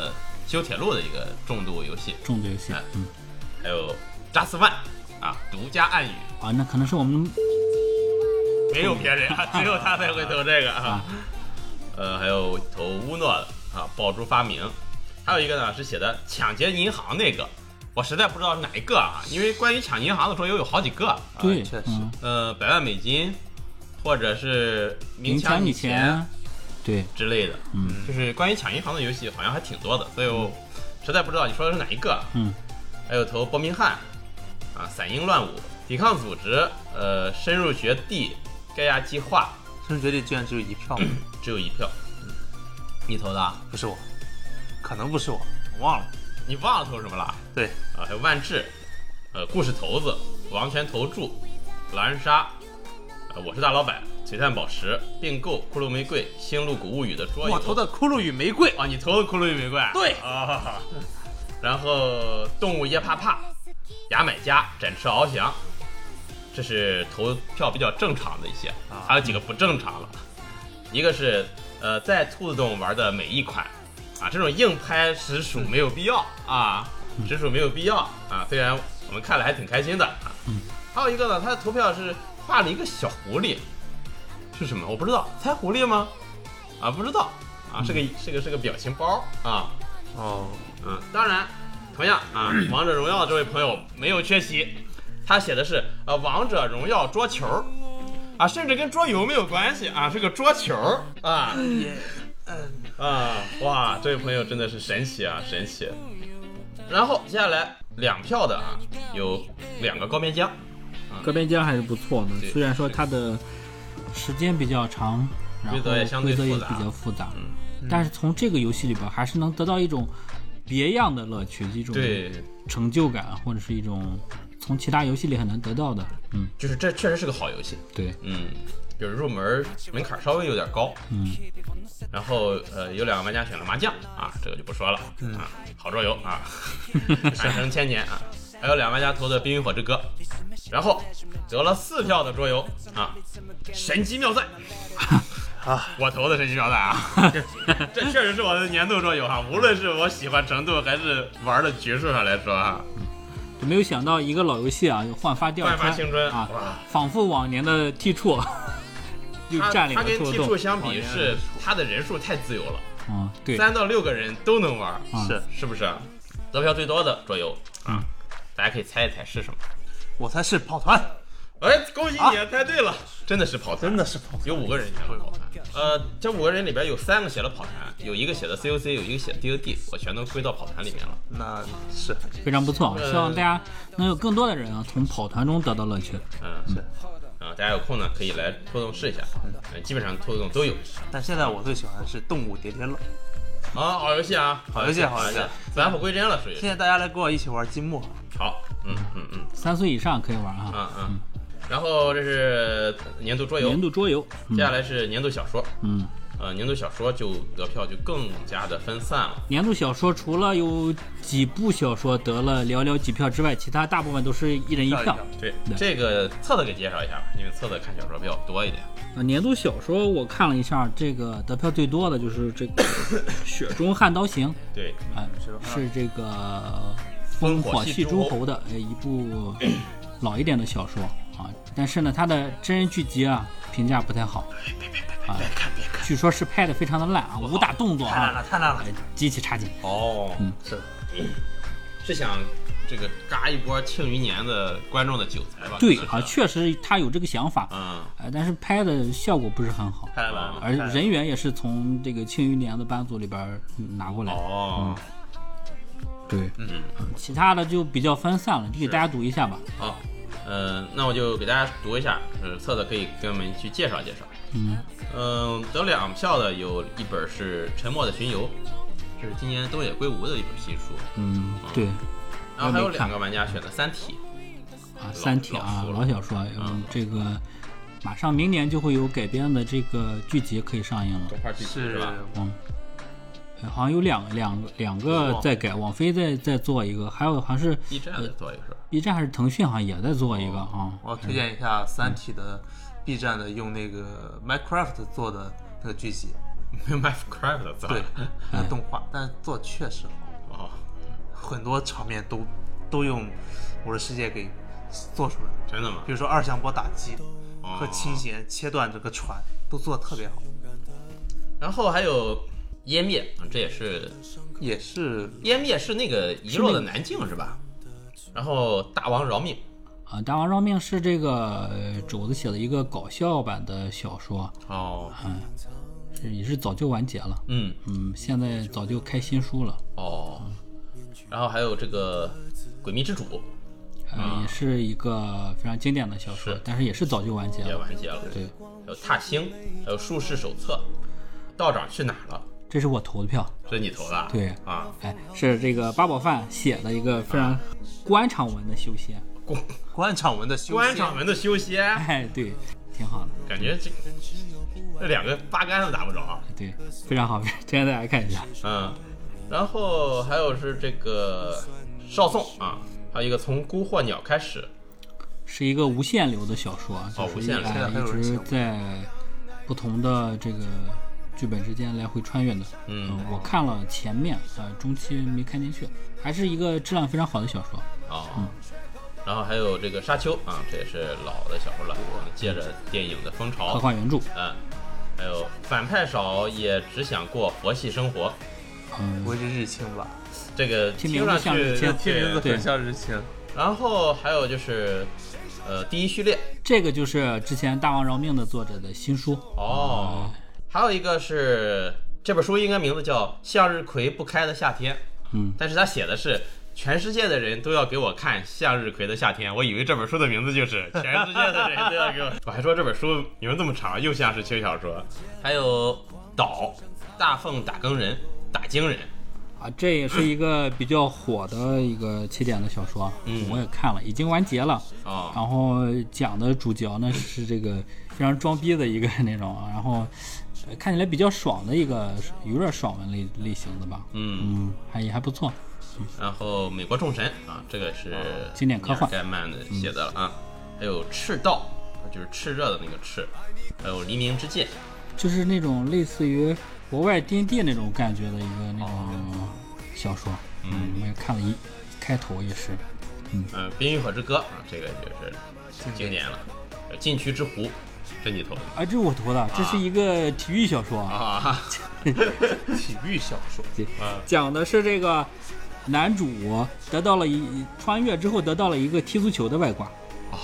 修铁路的一个重度游戏， 重度游戏，嗯， 还有扎斯万啊，独家暗语啊，那可能是我们没有别人啊，只有他才会投这个啊。 啊呃，还有投乌诺的啊，爆珠发明，还有一个呢是写的抢劫银行那个，我实在不知道是哪一个啊，因为关于抢银行的桌游有好几个， 对， 确实嗯呃，百万美金，或者是明明抢你你钱，对， 之类的， 嗯就是关于抢银行的游戏好像还挺多的，所以我实在不知道你说的是哪一个。 嗯， 还有投伯明翰啊，散鹰乱舞，抵抗组织，呃，深入学地，盖亚计划， 深入绝地居然只有一票， 只有一票。你投的啊？ 不是我，可能不是我，我忘了。 你忘了投什么了？ 对啊，还有万智，呃，故事头子，王权投注，狼人杀，呃，我是大老板，璀璨宝石，并购，骷髅玫瑰，星露谷物语的桌游。 我投的骷髅与玫瑰。 啊，你投的骷髅与玫瑰？ 对啊。然后动物耶怕怕，牙买加，展翅翱翔，这是投票比较正常的一些， 啊还有几个不正常了。一个是呃，在兔子洞玩的每一款啊，这种硬拍实属没有必要啊，实属没有必要啊。虽然我们看了还挺开心的啊。还有一个呢，他的投票是画了一个小狐狸，是什么？我不知道，猜狐狸吗？啊，不知道啊，是个是个是个表情包啊。 哦， 嗯，当然，同样啊，王者荣耀这位朋友没有缺席，他写的是呃王者荣耀桌球。啊，甚至跟桌游没有关系啊，是个桌球啊， 也，嗯， 啊，哇，这位朋友真的是神奇啊，神奇。然后接下来两票的啊，有两个高边疆， 戈边疆还是不错的， 对虽然说它的时间比较长，然后规则也相对规则也复杂比较复杂， 嗯， 但是从这个游戏里边还是能得到一种别样的乐趣，一种对， 成就感，或者是一种从其他游戏里很难得到的。嗯， 就是这确实是个好游戏， 对， 嗯，就是入门门槛稍微有点高， 嗯， 然后呃有两个玩家选了麻将啊，这个就不说了啊，好桌游啊，传承千年啊。还有两个玩家投的《冰与火之歌》，然后得了四票的桌游啊，《神机妙赛》 啊， 我投的《神机妙赛》啊，这确实是我的年度桌游哈，无论是我喜欢程度还是玩的局数上来说哈。 就没有想到一个老游戏啊，又焕发第二焕发青春啊哇， 仿佛往年的 T 处又占领它跟了兔 T 子洞。 处相比是它的人数太自由了， 嗯，对， 三到六个人都能玩， 啊是是不是？得票最多的桌游嗯啊，大家可以猜一猜是什么？ 我才是跑团， 哎，恭喜你猜对了，真的是跑团， 真的是跑团。 有五个人选了跑团。呃，这五个人里边有三个写了跑团，有一个写的 C O C， 有一个写的 D O D， 我全都归到跑团里面了。 那是非常不错啊！ 呃希望大家能有更多的人啊，从跑团中得到乐趣。 嗯， 是， 啊，大家有空呢可以来兔子洞试一下，呃基本上兔子洞都有。 但现在我最喜欢的是动物叠叠乐。 啊，好游戏啊， 好游戏好游戏返璞归真了，属于现在大家来跟我一起玩金墨。 好，嗯嗯嗯三岁以上可以玩啊。 嗯嗯。然后这是年度桌游， 年度桌游，嗯接下来是年度小说。 嗯， 呃，年度小说就得票就更加的分散了。 年度小说除了有几部小说得了寥寥几票之外，其他大部分都是一人一票。 对， 对这个册子给介绍一下吧，因为册子看小说比较多一点。 呃，年度小说我看了一下，这个得票最多的就是这个《雪中悍刀行》， 对， 哎，是这个烽火戏诸侯的呃一部老一点的小说啊，但是呢，它的真人剧集啊评价不太好。 别别别啊别看别看。 据说是拍的非常的烂啊，武打动作啊太烂了，太烂了呃。极其差劲。 哦， 嗯是的， 是想这个嘎一波庆余年的观众的韭菜吧？ 对啊， 是不是确实他有这个想法， 嗯， 呃，但是拍的效果不是很好， 太烂了。 而人员也是从这个《庆余年》的班组里边拿过来。 哦， 对， 嗯， 其他的就比较分散了，你给大家读一下吧。 好，呃，那我就给大家读一下，呃，册子可以跟我们去介绍介绍。 嗯嗯，得两票的有一本是《沉默的巡游》，这是今年东野圭吾的一本新书。 嗯，对然后还有两个玩家选的《三体啊，《三体》啊， 老老小说，嗯，这个马上明年就会有改编的这个剧集可以上映》了。 动画剧集是是吧？ 嗯，呃好像有两两两个在改，网飞在在做一个，还有好像是 B 站在做一个是吧？ B 站还是腾讯好像也在做一个啊。 我要推荐一下《三体》的 B 站的用那个 Minecraft 做的那个剧集， 没有 Minecraft 做的。 对，那个动画，但是做确实好。 很多场面都都用《魔兽世界》给做出来了， 真的吗？ 比如说二向箔打击和琴弦切断这个船都做得特别好。 然后还有湮灭，这也是也是湮灭是那个遗落的南境是吧？然后大王饶命啊，大王饶命是这个呃肘子写的一个搞笑版的小说， 哦， 嗯，是也是早就完结了， 嗯嗯，现在早就开新书了， 哦，然后还有这个诡秘之主呃，也是一个非常经典的小说， 是但是也是早就完结也了， 完结了， 对， 还有踏星，还有术士手册，道长去哪儿了？ 这是我投的票， 这是你投的？ 对啊， 哎，是这个八宝饭写的一个非常官场文的修仙， 官官场文的修仙官场文的修仙， 哎，对，挺好的， 感觉这这两个八竿子打不着。 对，非常好，推荐大家看一下。 嗯，然后还有是这个少宋啊，还有一个从孤惑鸟开始， 是一个无限流的小说， 哦就是无限流哎现在还有人一直写过在不同的这个剧本之间来回穿越的。 嗯我看了前面，呃，中期没看进去，还是一个质量非常好的小说。 哦，然后还有这个沙丘啊，这也是老的小说了，借着电影的风科潮， 幻原著， 嗯，还有反派少也只想过佛系生活， 嗯不，会是日清吧？ 这个听名字听上去像日清听名字对很像日清。 然后还有就是，呃，第一序列这个就是之前《大王饶命》的作者的新书。 哦，还有一个是这本书应该名字叫《向日葵不开的夏天》， 嗯， 但是他写的是全世界的人都要给我看向日葵的夏天，我以为这本书的名字就是全世界的人都要给我，我还说这本书名字这么长，又像是轻小说。还有岛大凤打更人打更人， 啊，这也是一个比较火的一个起点的小说， 嗯我也看了，已经完结了。 哦， 然后讲的主角呢是这个非常装逼的一个那种，然后呃看起来比较爽的一个，有点爽文类类型的吧。 嗯， 嗯，还也还不错。 然后美国众神啊，这个是经典科幻盖曼的写的了啊，还有赤道，就是炽热的那个赤，还有黎明之箭， 就是那种类似于国外 D and D 那种感觉的一个那种小说。嗯，我也看了一开头也是。 嗯，《冰与火之歌》啊，这个就是经典了。禁区之湖，这你投的啊，这是我投的，这是一个体育小说， 啊？ 体育小说， 讲的是这个男主得到了一穿越之后得到了一个踢足球的外挂，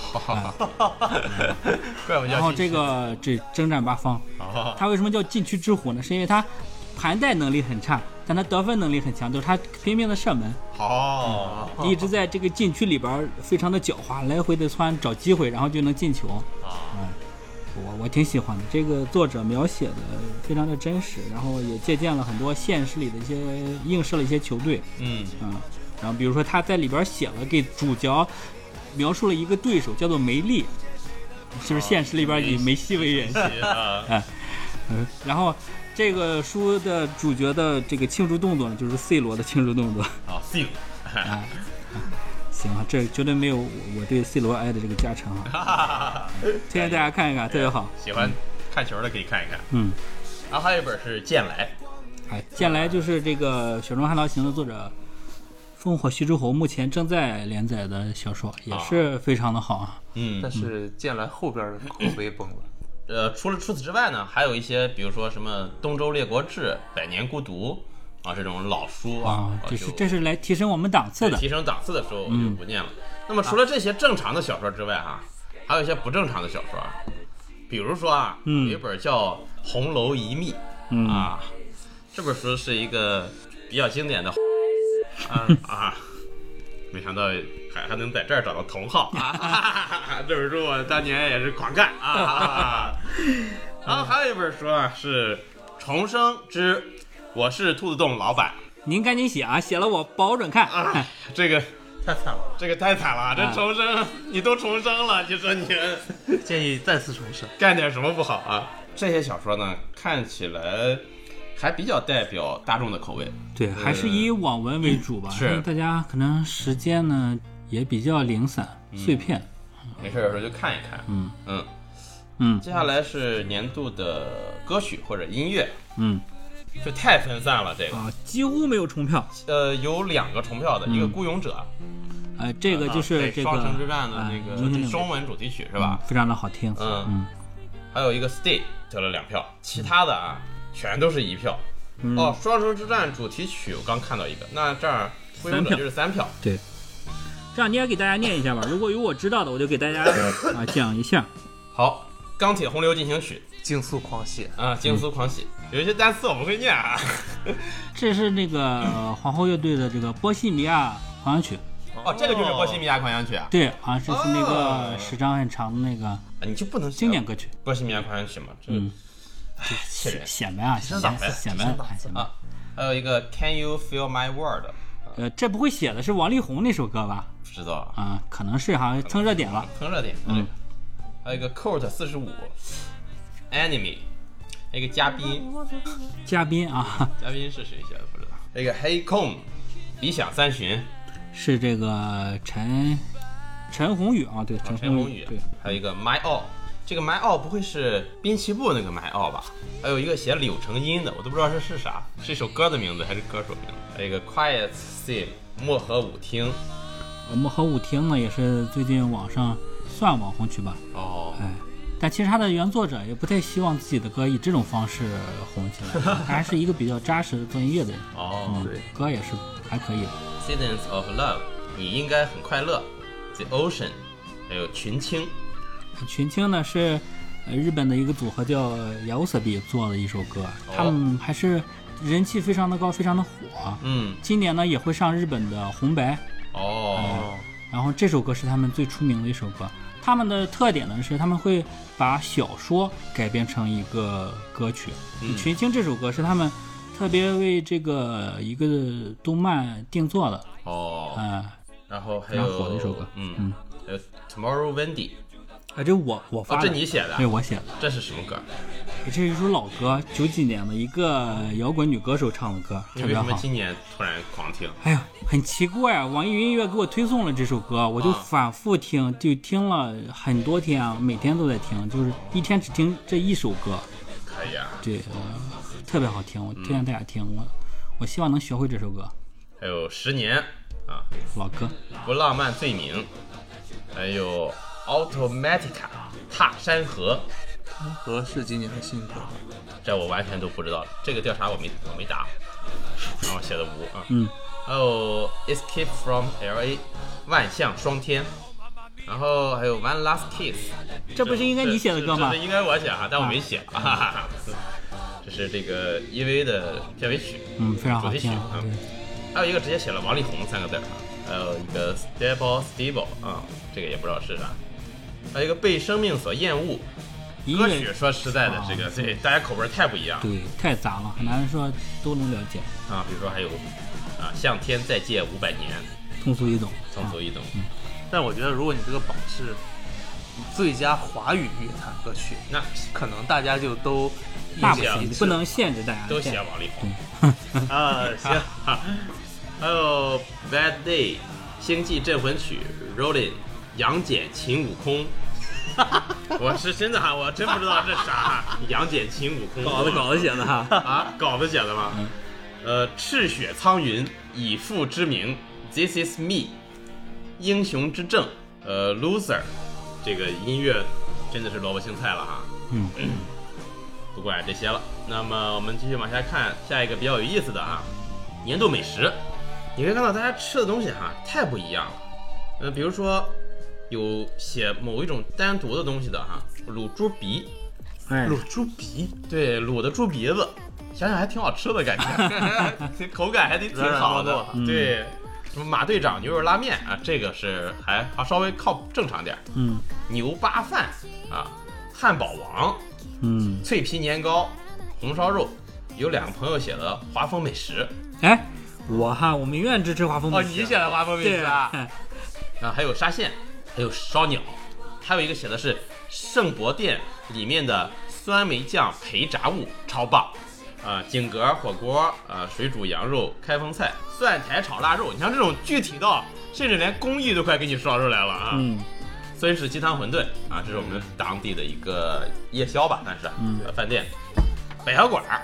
怪不叫然后这禁区个这征战八方。 哦他为什么叫禁区之虎呢？是因为他盘带能力很差，但他得分能力很强，就是他拼命的射门， 哦一直在这个禁区里边非常的狡猾，来回的窜找机会，然后就能进球。 啊， 我我挺喜欢的，这个作者描写的非常的真实，然后也借鉴了很多现实里的一些映射了一些球队， 嗯嗯，然后比如说他在里边写了给主角描述了一个对手叫做梅利，是不是现实里边以梅西为人设？ 啊， 哎，嗯，然后这个书的主角的这个庆祝动作呢，就是 C 罗的庆祝动作。 好 ，C 啊，行啊，这绝对没有我对 C 罗爱的这个加成啊，推荐大家看一看，特别好。 喜欢看球的可以看一看。 嗯， 然后还有一本是《剑来哎，剑来就是这个《雪中悍刀行》的作者烽火徐志侯目前正在连载的小说，也是非常的好啊。》， 嗯但，是剑来后边的口碑崩了。 呃，除了除此之外呢，还有一些，比如说什么《东周列国志》《百年孤独》啊这种老书啊， 我就这是这是来提升我们档次的。 对提升档次的时候我就不念了。那么除了这些正常的小说之外哈，还有一些不正常的小说，比如说啊， 嗯有一本叫《红楼一秘》 嗯啊，这本书是一个比较经典的啊啊，没想到还还能在这儿找到同好啊！这本书我当年也是狂看啊。然后还有一本书啊是《重生之我是兔子洞老板》 您赶紧写啊，写了我保准看。 啊，这个太惨了， 这个太惨了，这啊重生你都重生了，你说你建议再次重生。 干点什么不好啊？这些小说呢，看起来还比较代表大众的口味。 对，还是以网文为主吧， 是因为大家可能时间呢也比较零散、碎片。 没事的时候就看一看。 嗯嗯， 嗯接下来是年度的歌曲或者音乐。 嗯， 就太分散了这个。 啊，几乎没有重票。 呃，有两个重票的， 嗯一个孤勇者， 呃，这个就是对这个双城之战的那呃个英雄中文主题曲是吧？ 嗯非常的好听。 嗯嗯还有一个 Stay 得了两票，其他的啊全都是一票。 嗯哦，双城之战主题曲我刚看到一个，那这儿孤勇者就是三票。 对，这样你也给大家念一下吧。如果有我知道的，我就给大家啊讲一下。 好，钢铁洪流进行曲竞速狂喜啊，竞速狂喜，有一些单词我不会念啊。 这是那个、呃皇后乐队的这个波西米亚狂想曲。 哦，这个就是波西米亚狂想曲啊。 对啊，这是那哦个时长很长的那个你就不能经典歌曲。 波西米亚狂想曲吗？这个嗯， 哎气人显摆啊，显摆，显摆，哎显摆。 啊！还有一个 Can You Feel My World？ 呃，这不会写的是王力宏那首歌吧？ 不知道啊， 啊，可能是哈，蹭热点了。 蹭热点。 嗯， 还有一个 Court 四十五 Enemy， 还有一个嘉宾， 嘉宾啊， 嘉宾是谁写的不知道。还有一个 Hey Kong 理想三旬， 是这个陈陈鸿宇啊，对，陈陈鸿宇。 对， 还有一个 My All， 这个 My All 不会是滨崎步那个 My All 吧？还有一个写柳成荫的，我都不知道这是啥，是一首歌的名字还是歌手名字？还有一个 Quiet Theme 漠河舞厅。 我们和舞厅呢也是最近网上算网红曲吧。 哦， 哎，但其实他的原作者也不太希望自己的歌以这种方式红起来，他还是一个比较扎实的做音乐的人。 哦， 嗯， 对， 歌也是还可以的。 Seasons of Love， 你应该很快乐。The Ocean， 还有群青。 群青呢是呃日本的一个组合叫 Yaosabi 做的一首歌， 哦他们还是人气非常的高，非常的火。 嗯， 今年呢也会上日本的红白， 哦， 然后这首歌是他们最出名的一首歌。他们的特点呢是他们会把小说改编成一个歌曲。 嗯群青这首歌是他们特别为这个一个动漫定做的， 哦， 嗯、 然后还非常有火的一首歌。 嗯嗯， 还有 Tomorrow Wendy， 啊，这我我发哦， 的， 这你写的？ 对，我写的。 这是什么歌？ 这是一首老歌，九几年的一个摇滚女歌手唱的歌， 你为什么特别好。 今年突然狂听？ 哎呀，很奇怪啊！网易云音乐给我推送了这首歌，我就啊反复听，就听了很多天啊，每天都在听，就是一天只听这一首歌。 可以啊。 对，呃、特别好听，我推荐大家听。我我希望能学会这首歌， 还有十年啊， 老歌。 不浪漫罪名，还有 Automatica 踏山河， 和是今年的新歌。 这我完全都不知道，这个调查我没我没答，然后写的无啊。 嗯， 还有 Escape from L A 万象双天，然后还有 One Last Kiss， 这不是应该你写的歌吗这是应该我写啊，但我没写啊。哈哈哈这是这个 E V 的片尾曲， 嗯，非常好听。 主题曲啊。 对， 还有一个直接写了王力宏三个字啊，还有一个 Stable Stable 啊，这个也不知道是啥。还有一个被生命所厌恶。 音乐歌曲说实在的，这个对大家口味太不一样对太杂了，很难说都能了解。 啊。比如说还有啊，向天再借五百年， 通俗易懂， 通俗易懂。 但我觉得，如果你这个榜是最佳华语乐坛歌曲， 那可能大家就都那不行， 一致不能限制大家。 都写王力宏啊，行。还有 Bad Day、星际镇魂曲、Rolling、杨戬、秦悟空。我是真的哈，我真不知道这啥。杨戬、秦悟空， 稿子稿子写的哈。 啊，稿子写的吗？ 嗯呃，赤血苍云，以父之名 ，This is me， 英雄之证，呃 ，Loser， 这个音乐真的是萝卜青菜了哈。 嗯， 不管这些了，那么我们继续往下看下一个比较有意思的啊，年度美食。你会看到大家吃的东西哈太不一样了。呃，比如说有写某一种单独的东西的哈，卤猪鼻， 哎， 卤猪鼻， 对，卤的猪鼻子，想想还挺好吃的感觉，口感还得挺好的。 软软糯糯嗯对，什么马队长牛肉拉面啊，这个是还还稍微靠正常点。 嗯牛扒饭啊，汉堡王， 嗯， 脆皮年糕，红烧肉。有两个朋友写的华丰美食哎，我哈，我们永远支持华丰美哦， 食。 你写的华丰美食对啊？ 哎啊，还有沙县，还有烧鸟，还有一个写的是圣博店里面的酸梅酱培炸物，超棒啊！井格火锅啊，水煮羊肉、开封菜、蒜苔炒腊肉，你像这种具体到甚至连工艺都快给你说出来了啊！ 嗯， 孙氏鸡汤馄饨啊，这是我们当地的一个夜宵吧，但是嗯呃饭店，百合馆儿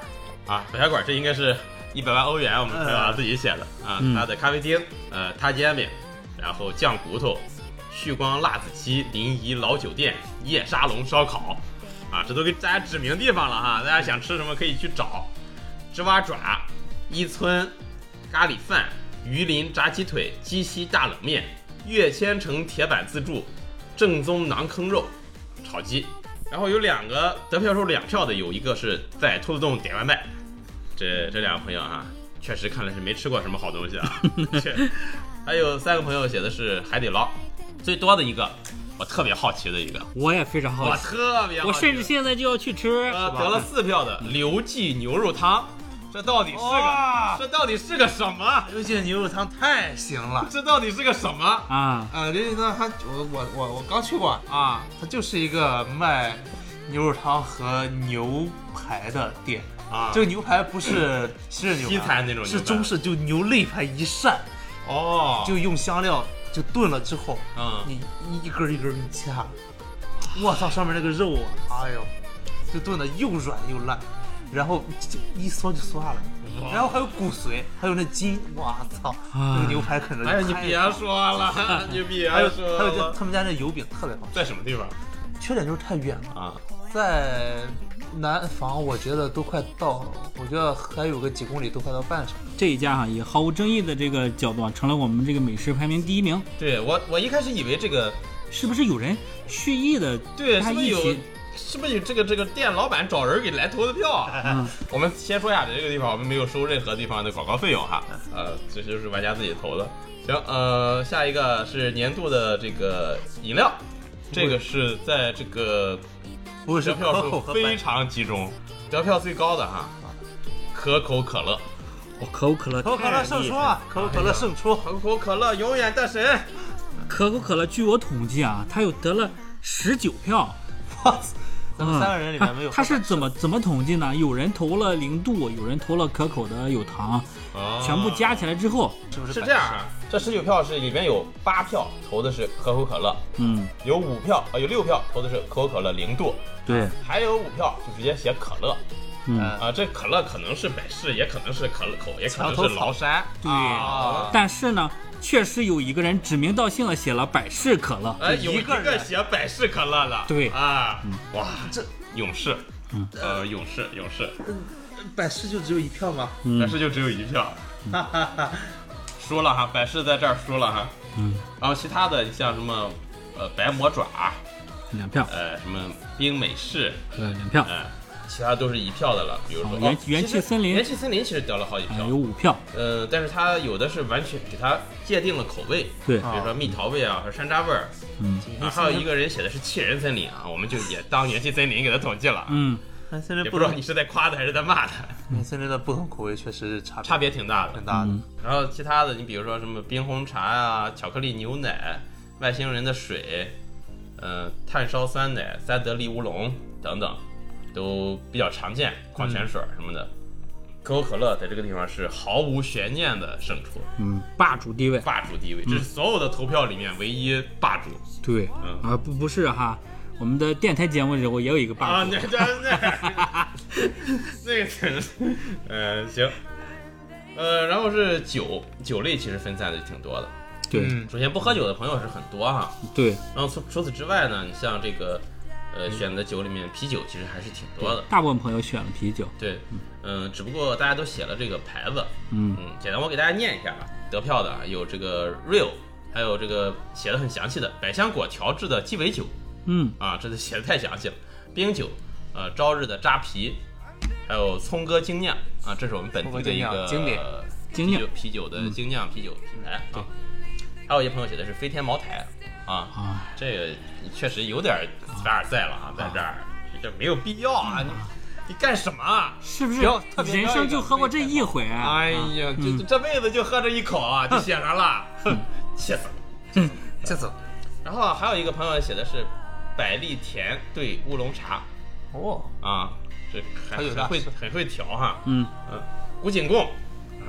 啊，小茶馆这应该是一百万欧元，我们朋友啊自己写的啊。 嗯他的咖啡厅，呃，塌煎饼，然后酱骨头，旭光辣子鸡，临沂老酒店，夜沙龙烧烤，啊，这都给大家指明地方了哈，大家想吃什么可以去找。芝蛙爪，伊村咖喱饭，榆林炸鸡腿，鸡西大冷面，岳千城铁板自助，正宗馕坑肉，炒鸡。然后有两个得票数两票的，有一个是在兔子洞点外卖，这这两个朋友啊，确实看来是没吃过什么好东西啊。还有三个朋友写的是海底捞，最多的一个，我特别好奇的一个， 我也非常好我奇， 特别好奇， 我甚至现在就要去吃。 呃得了四票的刘记牛肉汤，这到底是哇个这到底是个什么？ 刘记牛肉汤太行了。 这到底是个什么啊， 呃，刘记呢，他我我我我刚去过啊，它就是一个卖牛肉汤和牛排的店。 啊？ 这个牛排不是西式牛排， 西餐那种牛排是中式，就牛肋排一扇， 哦， 就用香料就炖了之后， 嗯你一根一根给你掐，我操，上面那个肉啊，哎呦，就炖的又软又烂，然后就一嗦就算了，然后还有骨髓，还有那筋，我操，那个牛排啃着哎呀， 就你别太香说了，你别还有说还有了这，他们家那油饼特别好吃， 在什么地方缺点就是太远了， 啊？ 在南房我觉得都快到，我觉得还有个几公里都快到半山。 这一家哈以毫无争议的这个角度啊，成了我们这个美食排名第一名。 对我，我一开始以为这个， 是不是有人蓄意的对，是不是有他一起？， 是不是有这个这个店老板找人给来投的票啊？ 嗯我们先说一下这个地方，我们没有收任何地方的广告费用哈，呃，这就是玩家自己投的。行，呃，下一个是年度的这个饮料，这个是在这个不是得票数可口和非常集中，得票最高的哈，可口可乐， 哦可口可乐， 可口可乐胜出啊！可口可乐胜出， 可口可乐永远的神。 可口可乐，据我统计啊，它有得了十九票。 我操！咱们三个人里面没有。 他是怎么怎么统计呢？有人投了零度，有人投了可口的有糖， 哦全部加起来之后， 是不是是这样啊？这十九票是里面有八票投的是可口可乐， 嗯， 有五票啊、呃，有六票投的是可口可乐零度， 对， 还有五票就直接写可乐。 嗯啊、这可乐可能是百事，也可能是可乐口，也可能墙头是崂山。 对啊但是呢，确实有一个人指名道姓的写了百事可乐。 哎，有一个一个人写百事可乐的。 对啊， 嗯哇， 这勇士， 嗯呃，勇士，勇士， 百事就只有一票吗？ 嗯百事就只有一票， 哈哈哈。 输了哈，百事在这儿输了哈。 嗯， 然后其他的像什么，呃，白魔爪， 两票， 呃，什么冰美式， 呃，两票， 呃，其他都是一票的了。比如说、 哦元哦元气其实森林元气森林其实得了好几啊票， 有五票。 呃，但是它有的是完全给它界定了口味， 对， 比如说蜜桃味啊和山楂味儿。 嗯啊，还有一个人写的是气人森林啊，我们就也当元气森林给它统计了。 嗯， 那现在也不知道不同， 你是在夸他还是在骂他， 现在的不同口味确实是差别差别挺大的挺。大的。 嗯然后其他的，你比如说什么冰红茶呀、巧克力牛奶、外星人的水，呃，炭烧酸奶、三得利乌龙等等，都比较常见，矿泉水什么的。可口可乐在这个地方是毫无悬念的胜出， 嗯，霸主地位。 霸主地位，这是所有的投票里面唯一霸主。 对， 嗯啊，不不是哈，我们的电台节目里我也有一个霸啊， 主。 那这那那个真是，呃，行，呃，然后是酒，酒类其实分散的挺多的。 对嗯， 首先不喝酒的朋友是很多哈， 对然后除除此之外呢，你像这个，呃，选的酒里面啤酒其实还是挺多的。 大部分朋友选了啤酒。 对，嗯、只不过大家都写了这个牌子， 嗯嗯，简单我给大家念一下吧。得票的啊有这个 Real，还有这个写的很详细的百香果调制的鸡尾酒嗯啊，这是写的太详细了。冰酒，呃，朝日的扎啤，还有聪哥精酿啊，这是我们本地的一个聪哥精酿经典精酿啤酒啤酒的精酿啤酒品牌啊。还有一些朋友写的是飞天茅台啊， 啊， 这个确实有点凡尔赛了啊，在这儿这没有必要啊，你你干什么啊？ 是不是不要特别人生就喝过这一回？ 哎呀，这这辈子就喝这一口啊，就写上了，哼，气死了。 这走然后还有一个朋友写的是百利甜兑乌龙茶哦， 啊，这还有啥很很会很会调哈， 嗯， 嗯，古井贡啊，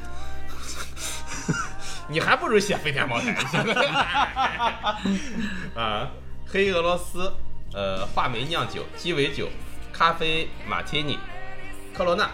你还不如写飞天茅台啊，黑俄罗斯呃话梅酿酒、鸡尾酒、咖啡马提尼、科罗娜、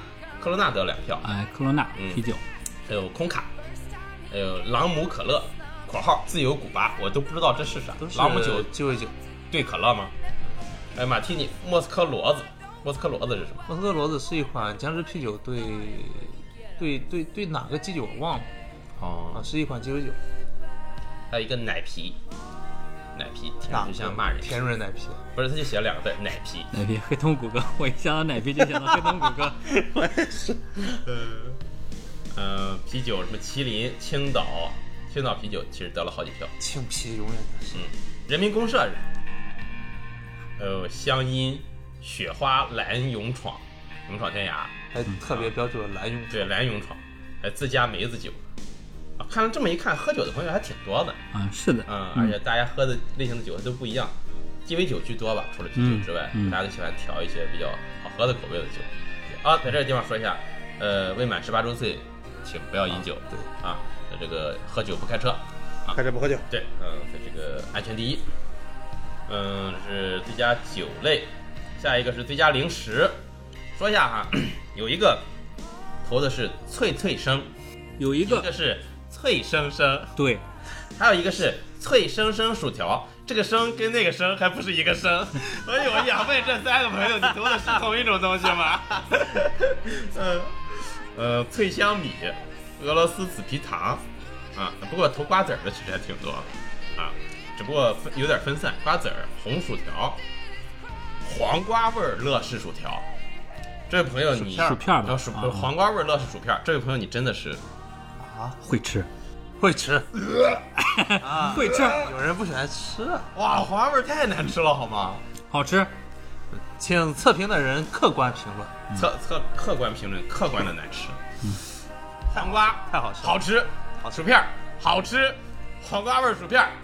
科罗娜得了两票， 哎，科罗娜啤酒， 还有空卡，还有朗姆可乐（括号自由古巴），我都不知道这是啥。 都是朗姆酒鸡尾酒。 兑可乐吗？哎，马提尼，莫斯科骡子，莫斯科骡子是什么？ 莫斯科骡子是一款姜汁啤酒兑兑兑兑哪个基酒我忘了哦啊，是一款鸡尾酒。 还有一个奶啤，奶啤听着就像骂人。 甜润奶啤， 不是，他就写了两个字奶啤。 奶啤黑瞳谷歌，我一想到奶啤就想到黑瞳谷歌。 我也是。 呃呃，啤酒什么麒麟、青岛，青岛啤酒其实得了好几票。 青啤永远的是。 嗯，人民公社是。还有香槟、雪花蓝勇闯，勇闯天涯， 还特别标注了蓝勇闯。 对，蓝勇闯，还自家梅子酒。啊，看了这么一看，喝酒的朋友还挺多的。 啊，是的。 嗯，而且大家喝的类型的酒都不一样，鸡尾酒居多吧，除了啤酒之外， 嗯嗯、 大家都喜欢调一些比较好喝的口味的酒。啊，在这个地方说一下，呃，未满十八周岁，请不要饮酒。 啊、 对啊，这个喝酒不开车。啊， 开车不喝酒。 对，嗯，在这个安全第一。嗯，是最佳酒类，下一个是最佳零食。说一下哈，有一个投的是脆脆生， 有一个一个是脆生生， 对， 还有一个是脆生生薯条。这个生跟那个生还不是一个生，所以我想问这三个朋友，你投的是同一种东西吗？呃呃，脆香米、俄罗斯紫皮糖啊，不过投瓜子儿的其实还挺多啊。只不过分有点分散，瓜子儿、红薯条、黄瓜味儿乐事薯条。这位朋友你， 薯片吧， 薯黄瓜味儿乐事薯片。这位朋友你真的是啊， 会吃， 会吃， 啊，会吃。 有人不喜欢吃， 哇，黄瓜味儿太难吃了，好吗？ 好吃， 请测评的人客观评论， 客客客观评论，客观的难吃。 嗯， 黄瓜太好吃， 好吃，好薯片好吃。黄瓜味薯片儿，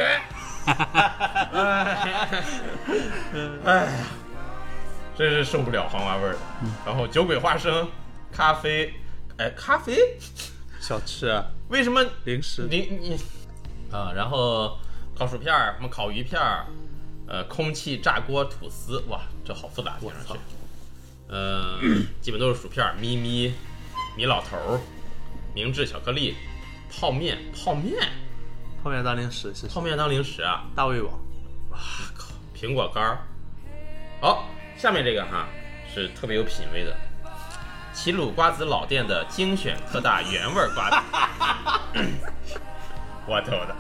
哎呀，真是受不了黄瓜味儿的。然后酒鬼花生、咖啡，哎，咖啡小吃啊， 为什么零食？ 你你啊，然后烤薯片儿、什么烤鱼片儿，呃，空气炸锅吐司，哇，这好复杂，听上去。呃，基本都是薯片儿、咪咪、米老头儿、明治巧克力、泡面、泡面。 泡面当零食是泡面当零食啊！ 大胃王， 哇靠！苹果干儿。好，下面这个哈是特别有品位的，齐鲁瓜子老店的精选特大原味瓜子，我投的，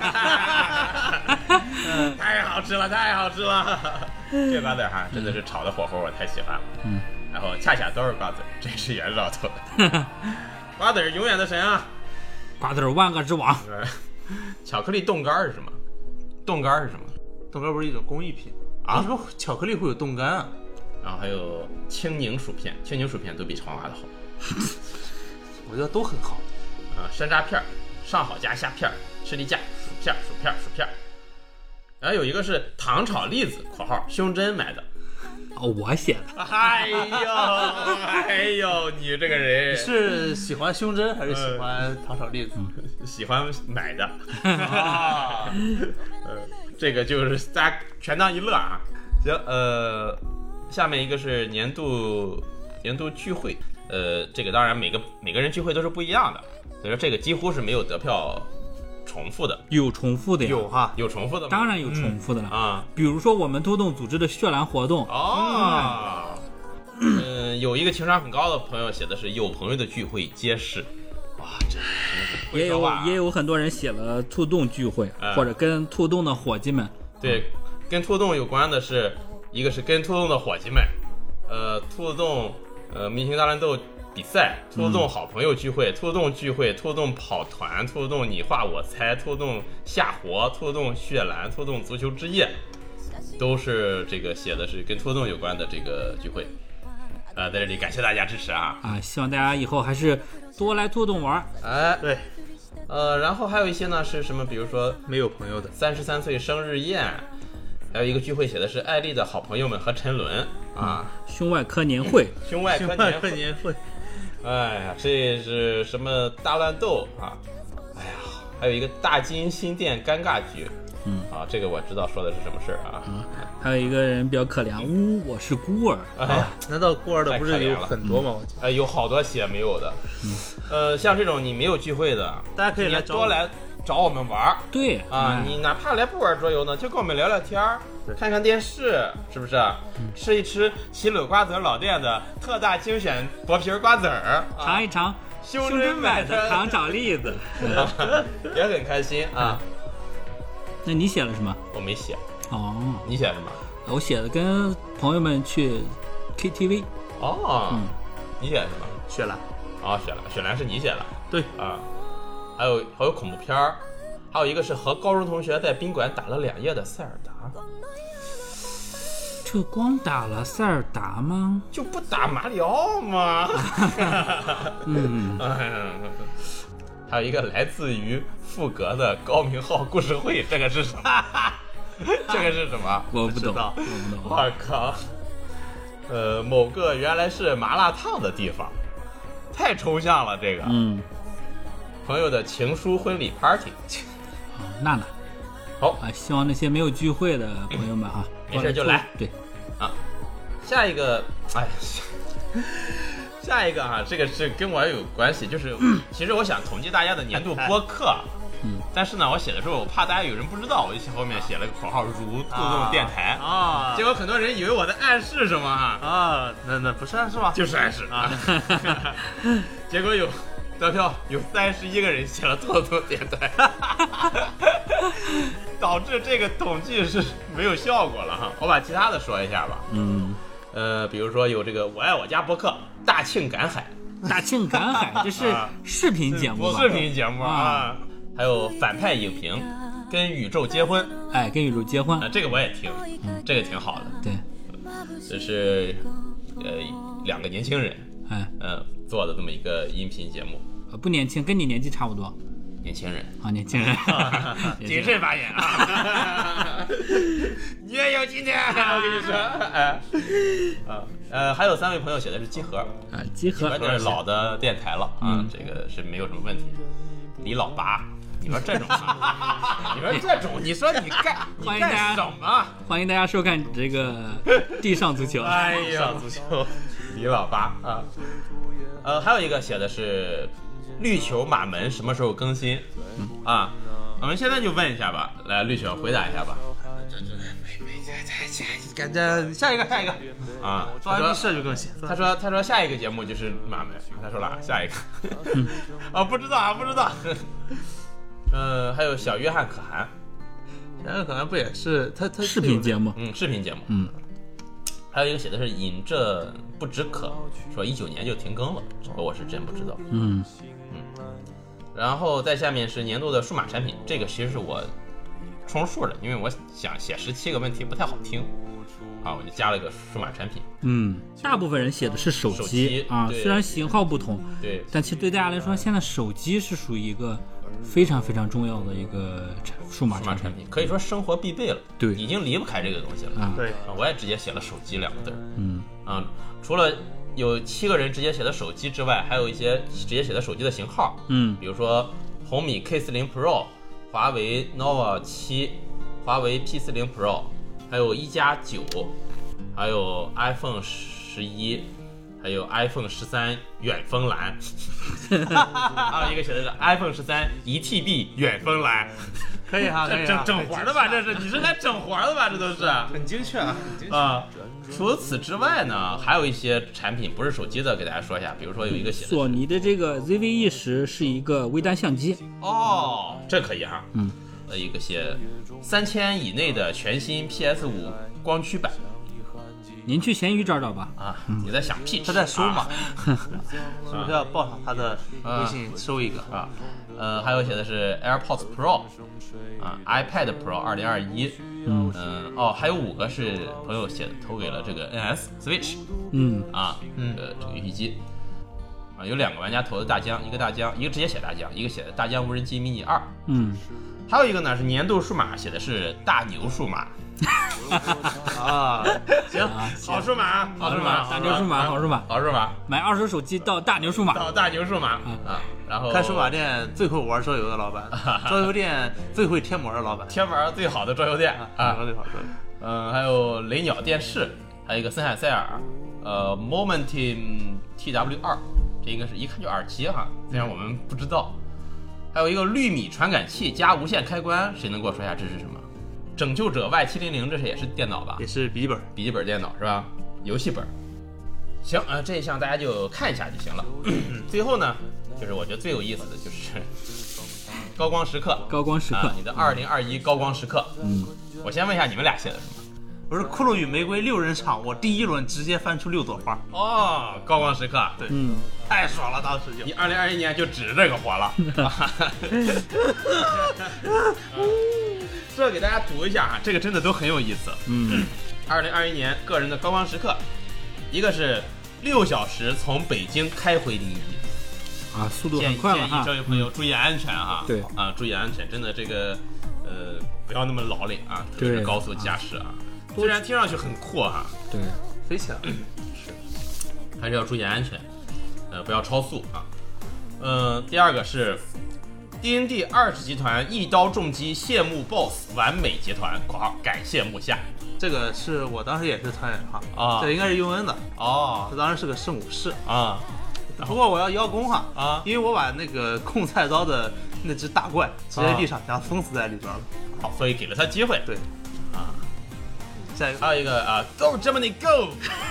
太好吃了，太好吃了！这瓜子哈真的是炒的火候，我太喜欢了。 嗯， 然后恰恰都是瓜子，这是袁绍投的。瓜子永远的神啊！ 瓜子万恶之王。 巧克力冻干是什么？冻干是什么？ 冻干不是一种工艺品啊？ 为什么巧克力会有冻干啊？ 然后还有青柠薯片，青柠薯片都比黄瓜的好。 我觉得都很好。 啊，山楂片、上好佳虾片、士力架、薯片、薯片、薯片。然后有一个是糖炒栗子（括号胸针买的）。 哦，我写的。 哎呦，哎呦，你这个人是喜欢胸针还是喜欢糖炒栗子？ 嗯、喜欢买的啊。呃，这个就是大家全当一乐啊。行，呃，下面一个是年度年度聚会，呃，这个当然每个每个人聚会都是不一样的，所以说这个几乎是没有得票重复的。 有重复的呀？ 有哈， 有重复的吗？ 当然有重复的了、 嗯、啊！ 比如说我们兔洞组织的血蓝活动哦，嗯，有一个情商很高的朋友写的是有朋友的聚会皆是，哇，这也有也有很多人写了兔洞聚会、嗯，或者跟兔洞的伙计们。 对，嗯、跟兔洞有关的是一个是跟兔洞的伙计们，呃，兔洞呃明星大乱斗比赛，兔洞好朋友聚会，兔洞聚会，兔洞跑团，兔洞你画我猜，兔洞下活，兔洞血蓝，兔洞足球之夜，都是这个写的是跟兔洞有关的这个聚会。呃，在这里感谢大家支持啊！ 啊，希望大家以后还是多来兔洞玩。 哎， 对， 呃，然后还有一些呢是什么？比如说没有朋友的三十三岁生日宴，还有一个聚会写的是艾丽的好朋友们和陈伦啊， 胸外科年会， 胸外科年会年会。 哎呀，这是什么大乱斗啊？哎呀，还有一个大金新店尴尬局， 嗯啊，这个我知道说的是什么事儿啊。 嗯，还有一个人比较可怜，呜，我是孤儿。 哎， 难道孤儿的不是有很多吗？我记得哎，有好多写没有的。 嗯， 呃，像这种你没有聚会的， 大家可以来找我多来找我们玩儿对啊。 嗯你哪怕来不玩桌游呢，就跟我们聊聊天儿，看看电视，是不是？吃一吃齐鲁瓜子老店的特大精选薄皮瓜子儿，啊尝一尝胸胸针买的糖厂炒栗子。 也很开心啊。 那你写了什么？ 我没写， 哦， 你写什么？ 我写的跟朋友们去 K T V。 哦， 嗯你写的什么？ 雪兰， 哦，雪兰，雪兰是你写的对， 啊。还有还有恐怖片儿，还有一个是和高中同学在宾馆打了两夜的塞尔达， 这光打了塞尔达吗？ 就不打马里奥吗？ 嗯， 还有一个来自于富格的高明号故事会，这个是什么？这个是什么？ 我不懂， 知道我不懂。 我靠！呃，某个原来是麻辣烫的地方，太抽象了。这个， 嗯， 朋友的情书婚礼 party， 好，娜娜， 好啊，希望那些没有聚会的朋友们哈， 没事就来。 对， 啊，下一个，哎，下一个啊，这个是跟我有关系，就是其实我想统计大家的年度播客。 嗯， 但是呢，我写的时候我怕大家有人不知道，我就后面写了个口号“如杜洞电台” 啊， 结果很多人以为我在暗示什么哈啊，那那不是暗示吗？ 就是暗示啊。结果有得票有三十一个人写了“杜洞电台”，导致这个统计是没有效果了哈。我把其他的说一下吧。 嗯， 呃，比如说有这个“我爱我家”播客“大庆赶海”， 大庆赶海，这是视频节目吧？ 视频节目啊。 啊还有反派影评，跟宇宙结婚， 哎，跟宇宙结婚啊，这个我也听， 嗯这个挺好的。 对， 这是呃两个年轻人， 哎， 呃做的这么一个音频节目。 不年轻，跟你年纪差不多年轻人啊，年轻人， 谨慎发言啊！你也有今天，我跟你说，哎，啊呃，还有三位朋友写的是集合啊，集合完全是老的电台了啊，这个是没有什么问题。李老八。你说这种啊，你说这种，你说你干你干什么？ 欢迎大家收看这个地上足球。 哎呀，足球，李老八啊，呃，还有一个写的是绿球马门什么时候更新？嗯、啊，我们现在就问一下吧，来绿球回答一下吧。 这这没没这感觉下一个下一个啊， 做完毕设就更新。 他说他说下一个节目就是马门，他说了下一个，啊不知道啊不知道。呃，还有小约翰可汗， 小约翰可汗不也是他他视频节目？ 嗯，视频节目。 嗯， 还有一个写的是饮鸩不止渴，说一九年就停更了，这个我是真不知道。 嗯嗯，然后在下面是年度的数码产品，这个其实是我充数的，因为我想写十七个问题不太好听，啊，我就加了个数码产品。 嗯，大部分人写的是手机, 手机啊，虽然型号不同， 对， 但其实对大家来说，现在手机是属于一个非常非常重要的一个数码产品， 产品可以说生活必备了， 对， 已经离不开这个东西了。 啊， 对， 啊，我也直接写了手机两个字。 嗯， 啊，除了有七个人直接写的手机之外，还有一些直接写的手机的型号， 嗯， 比如说红米 K 四十 Pro、华为 nova 七、华为 P 四十 Pro， 还有一加九，还有 iPhone 十一。还有 iPhone 十三远峰蓝，还有一个写的是 iPhone 十三一 T B 远峰蓝， 可以哈，可以整整活的吧？这是你是来整活的吧？这都是很精确啊，很精确啊。除此之外呢，还有一些产品不是手机的，给大家说一下。比如说有一个写的索尼的这个 Z V E 十是一个微单相机哦，这可以哈。 嗯， 呃，一个写三千以内的全新 P S 五光驱版。 您去闲鱼找找吧。 啊，你在想屁？ 他在收嘛？ 啊、 是不是要报上他的微信收一个啊？呃，还有写的是 AirPods Pro， 啊 ，iPad Pro 二零二一，嗯嗯，哦，还有五个是朋友写的，投给了这个 N S Switch， 嗯啊，嗯，呃，这个游戏机， 啊，有两个玩家投的大疆，一个大疆，一个直接写大疆，一个写的大疆无人机 mini 二， 嗯， 还有一个呢是年度数码，写的是大牛数码。 啊，行， 好数码，好数码， 大牛数码，好数码， 好数码， 买二手手机到大牛数码， 到大牛数码啊。然后看数码店最会玩桌游的老板，桌游店最会贴膜的老板， 贴膜最好的桌游店啊， 最好的。 嗯，还有雷鸟电视，还有一个森海塞尔，呃 ，Momentum T W 二，这应该是一看就耳机哈，虽然我们不知道。还有一个绿米传感器加无线开关，谁能给我说一下这是什么？拯救者 Y 七零零，这是也是电脑吧？ 也是笔记本， 笔记本电脑是吧？游戏本。行，呃，这一项大家就看一下就行了。最后呢，就是我觉得最有意思的就是高光时刻， 高光时刻， 啊、你的二零二一高光时刻。 嗯， 我先问一下你们俩写的什么？ 我是骷髅与玫瑰六人场，我第一轮直接翻出六朵花。 哦，高光时刻， 对， 嗯， 太爽了，当时就。 你二零二一年就指着这个活了。这给大家读一下啊，这个真的都很有意思。 嗯， 二零二一年个人的高光时刻，一个是六小时从北京开回临沂， 啊，速度建很快了哈。 建议这位朋友注意安全啊！ 对啊，注意安全，真的这个呃不要那么劳累啊，特别是对高速驾驶啊。虽然听上去很酷哈， 对， 飞起来。 还是要注意安全，呃，不要超速啊。呃，第二个是 D N D 二十集团一刀重击谢幕 B O S S 完美集团（括号感谢幕下）。 这个是我当时也是参与哈， 啊这应该是尤恩的， 哦这当时是个圣武士啊， 不过我要邀功哈啊因为我把那个控菜刀的那只大怪直接地上将封死在里边了。 好，所以给了他机会。 对， 啊， 下一个还有一个啊 ，Go Germany Go！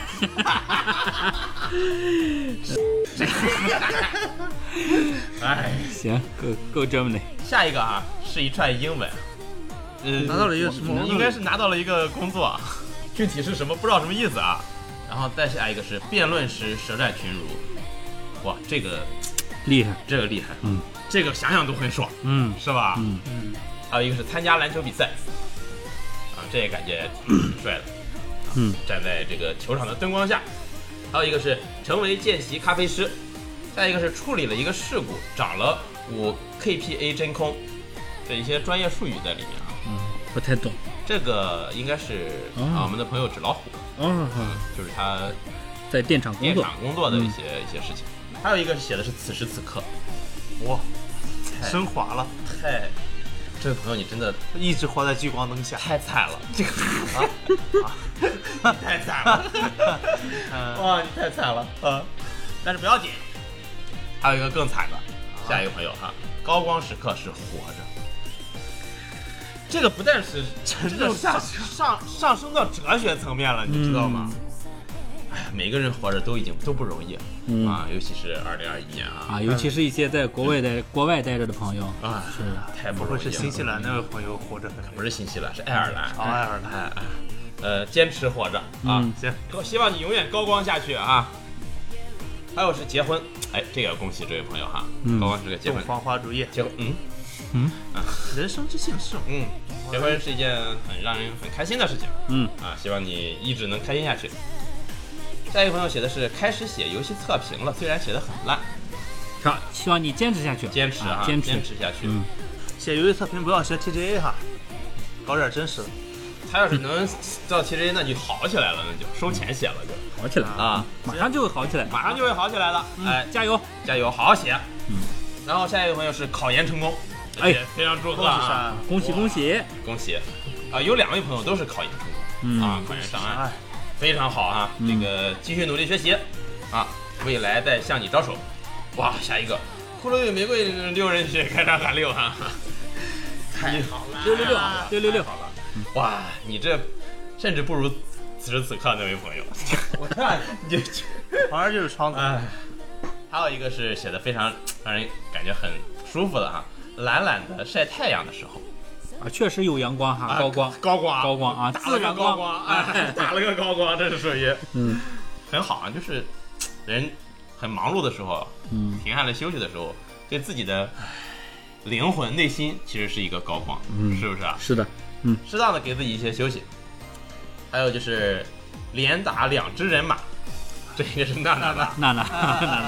哎， 行，Go Go Germany。 下一个啊是一串英文，嗯， 拿到了一个什么？ 应该是拿到了一个工作，具体是什么不知道什么意思啊。然后再下一个是辩论时舌战群儒，哇，这个厉害， 这个厉害， 嗯， 这个想想都很爽， 嗯是吧？ 嗯嗯， 还有一个是参加篮球比赛，啊，这也感觉挺帅的， 嗯， 站在这个球场的灯光下。还有一个是成为见习咖啡师，再一个是处理了一个事故，涨了五 K P A 真空，这一些专业术语在里面啊。 嗯，不太懂。 这个应该是、 哦、 啊，我们的朋友纸老虎， 哦， 就是他在电厂工电作， 厂工作的一些、嗯、一些事情。还有一个写的是此时此刻， 哇，升华了， 太，这位朋友你真的一直活在聚光灯下， 太惨了，这个啊啊，太惨了，哇，你太惨了啊！但是不要紧，还有一个更惨的，下一个朋友哈，高光时刻是活着。这个不但是沉重下去， 上上升到哲学层面了，你知道吗？哎呀、嗯，每个人活着都已经都不容易、 嗯、 啊，尤其是二零二一年啊啊，尤其是一些在国外待、嗯、国外待着的朋友啊， 是太不容易了。 是新西兰那位朋友活着， 不是新西兰，是爱尔兰。 哦，爱尔兰， 哎哎，呃，坚持活着啊， 嗯、 行， 希望你永远高光下去啊。还有是结婚，哎，这个要恭喜这位朋友哈， 嗯、 高光时刻结婚， 东方花烛夜， 结婚，嗯。 嗯啊， 人生之幸事， 嗯，结婚是一件很让人很开心的事情。 嗯啊，希望你一直能开心下去。下一个朋友写的是开始写游戏测评了，虽然写的很烂， 好，希望你坚持下去， 坚持啊， 坚持坚持下去。 嗯， 写游戏测评不要学 T G A 哈，搞点真实的。 他要是能到 T G A， 那就好起来了，那就收钱写了就好起来啊， 马上就会好起来， 马上就会好起来了。 嗯、 哎， 加油， 加油，好好写。 嗯， 然后下一个朋友是考研成功。 哎， 非常祝贺啊！ 恭喜恭喜恭喜！啊，有两位朋友都是考研成功， 嗯、 啊，考研上岸，非常好啊！ 嗯、 这个继续努力学习，啊，未来再向你招手。哇，下一个，骷髅与玫瑰六人学开张喊六哈，太好了， 六六六六六六， 好了！哇，你这甚至不如此时此刻那位朋友， 我看你好像就是窗子。 哎，还有一个是写的非常让人感觉很舒服的哈，懒懒的晒太阳的时候， 啊，确实有阳光哈， 啊、 高光， 高光， 高光啊， 打了个高光，哎，打了个高光，这是属于， 嗯， 很好啊，就是人很忙碌的时候， 嗯， 停下来休息的时候，对自己的灵魂、内心其实是一个高光， 嗯， 是不是啊？ 是的，嗯， 适当的给自己一些休息。还有就是连打两只人马，这个是娜娜娜娜娜娜娜。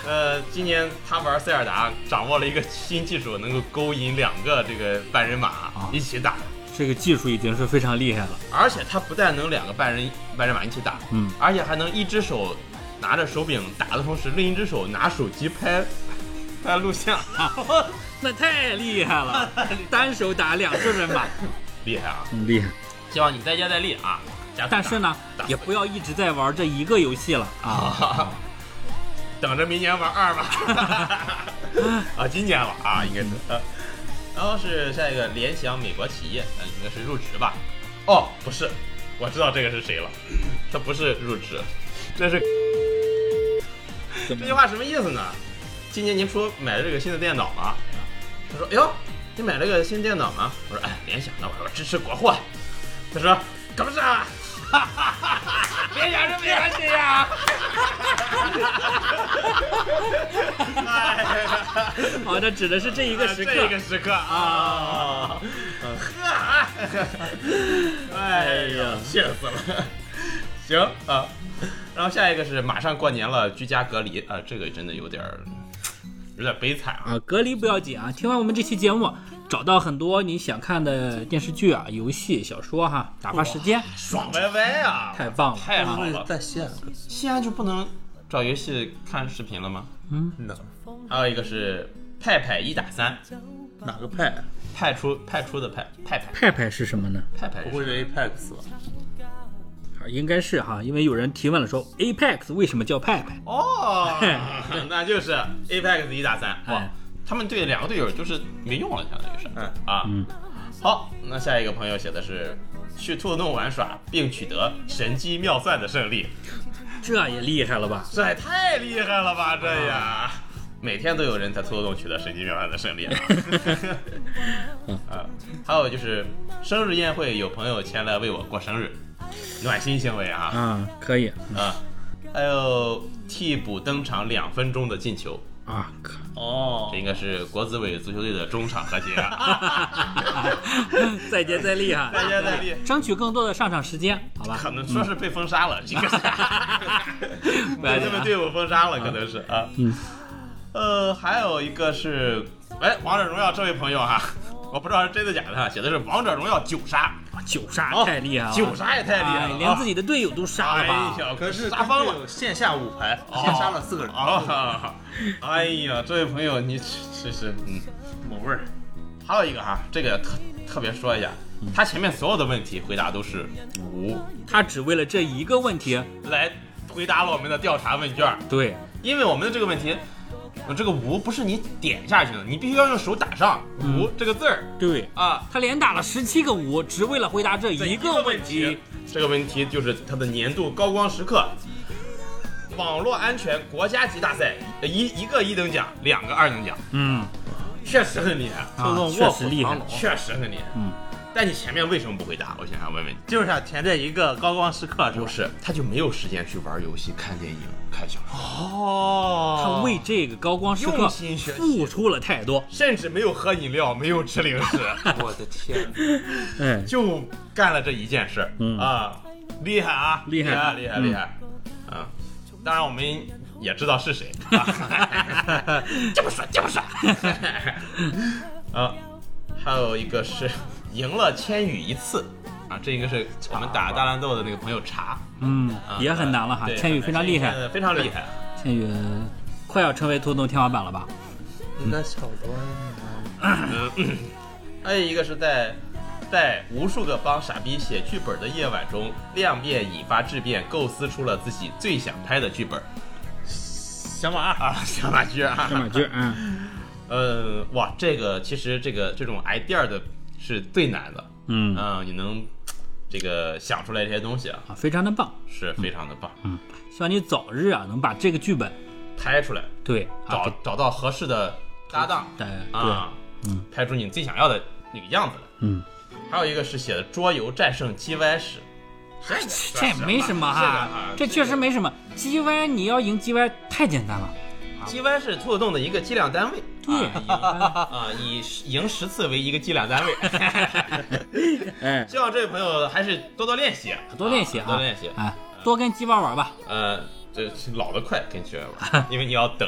呃，今年他玩塞尔达掌握了一个新技术，能够勾引两个这个半人马、啊、一起打。 这个技术已经是非常厉害了， 而且他不但能两个半人半人马一起打， 嗯， 而且还能一只手拿着手柄打的同时，另一只手拿手机拍拍录像， 那太厉害了，单手打两只人马， 厉害啊， 嗯，厉害。 希望你再接再厉啊！ 但是呢，也不要一直在玩这一个游戏了啊， 等着明年玩二吧。啊，今年了啊，应该是。然后是下一个联想美国企业，呃，应该是入职吧？哦，不是，我知道这个是谁了，他不是入职，这是。这句话什么意思呢？今年您不说买了这个新的电脑吗？他说：“哎呦，你买了个新电脑吗？”我说：“哎，联想的，我说支持国货。”他说：“可不是啊，联想是美国企业啊。” 好，这指的是这一个时刻， 这个时刻啊，呵，哎呀，气死了。行啊，然后下一个是马上过年了，居家隔离啊，这个真的有点有点悲惨啊。 啊，隔离不要紧啊，听完我们这期节目，找到很多你想看的电视剧啊、游戏、小说哈，打发时间， 爽歪歪啊， 太棒了， 太好了。 在西安， 西安就不能找游戏看视频了吗？ 嗯， 能。 还有一个是派派一打三， 哪个派？ 派出派出的派派派派派是什么呢？ 派派不会是 Apex 吧？ 应该是哈，因为有人提问了说 Apex 为什么叫派派？ 哦，那就是 Apex 一打三。哇，他们队两个队友就是没用了，相当于是。 嗯啊， 嗯， 好，那下一个朋友写的是去兔洞玩耍，并取得神机妙算的胜利， 这也厉害了吧？ 这也太厉害了吧！这呀，每天都有人在兔洞取得神机妙算的胜利啊。啊，还有就是生日宴会，有朋友前来为我过生日。暖心行为啊！ 啊，可以啊，还有替补登场两分钟的进球啊！ 哦，这应该是国资委足球队的中场和谐啊！ 再接再厉哈！ 再接再厉， 争取更多的上场时间，好吧？ 可能说是被封杀了，这个是被他们队伍封杀了，可能是啊。 嗯， 呃，还有一个是，哎，王者荣耀这位朋友哈，我不知道是真的假的，写的是王者荣耀九杀。 九杀太厉害了， 九杀也太厉害了， 连自己的队友都杀了吧？ 哎呀， 可是杀疯了， 线下五排，先杀了四个人。 啊！哎呀，这位朋友，你其实嗯，某味儿。还有一个哈，这个特特别说一下，他前面所有的问题回答都是无， 他只为了这一个问题来回答了我们的调查问卷。 对， 因为我们的这个问题。这个无不是你点下去的，你必须要用手打上无、嗯、这个字儿。 对啊， 他连打了十七个无，只为了回答这一个问题。 这个问题就是他的年度高光时刻——网络安全国家级大赛，一一个一等奖，两个二等奖。 嗯， 确实很厉害， 啊，确实厉害， 确实很厉害。 嗯。 但你前面为什么不回答？我想想问问你， 就是想填这一个高光时刻， 不是？他就没有时间去玩游戏、看电影、看小说。 哦， 他为这个高光时刻付出了太多， 甚至没有喝饮料，没有吃零食。 我的天， 哎， 就干了这一件事、 嗯、 啊，厉害啊， 厉害， 厉害，厉害，嗯、啊！当然我们也知道是谁，啊、这么说，这么说。啊，还有一个是。赢了千羽一次啊，这个是我们打大乱斗的那个朋友查， 嗯， 啊、 也很难了哈。千羽非常厉害， 非常厉害。 千羽快要成为兔洞天花板了吧？ 应该小多。 嗯，还有一个是在在无数个帮傻逼写剧本的夜晚中，量变引发质变，构思出了自己最想拍的剧本。 小马啊，小马驹啊， 小马驹啊。 呃，哇，这个其实这个这种 idea 的。是最难的， 嗯啊、呃，你能这个想出来这些东西啊， 啊，非常的棒， 是非常的棒， 嗯，希望你早日啊能把这个剧本拍出来， 对， 找、 啊、 找到合适的搭档， 对啊，嗯，拍出你最想要的那个样子来， 嗯， 还有一个是写的桌游战胜 G Y 史， 这这也没什么哈，这确实没什么 ，G Y 你要赢 G Y 太简单了。 G Y 是兔洞的一个计量单位， 对啊，啊以赢十次为一个计量单位。 哎， 希望这位朋友还是多多练习， 多练习啊， 多练习， 哎，多跟 G Y 玩吧。 呃， 这老得快跟学员玩，因为你要等。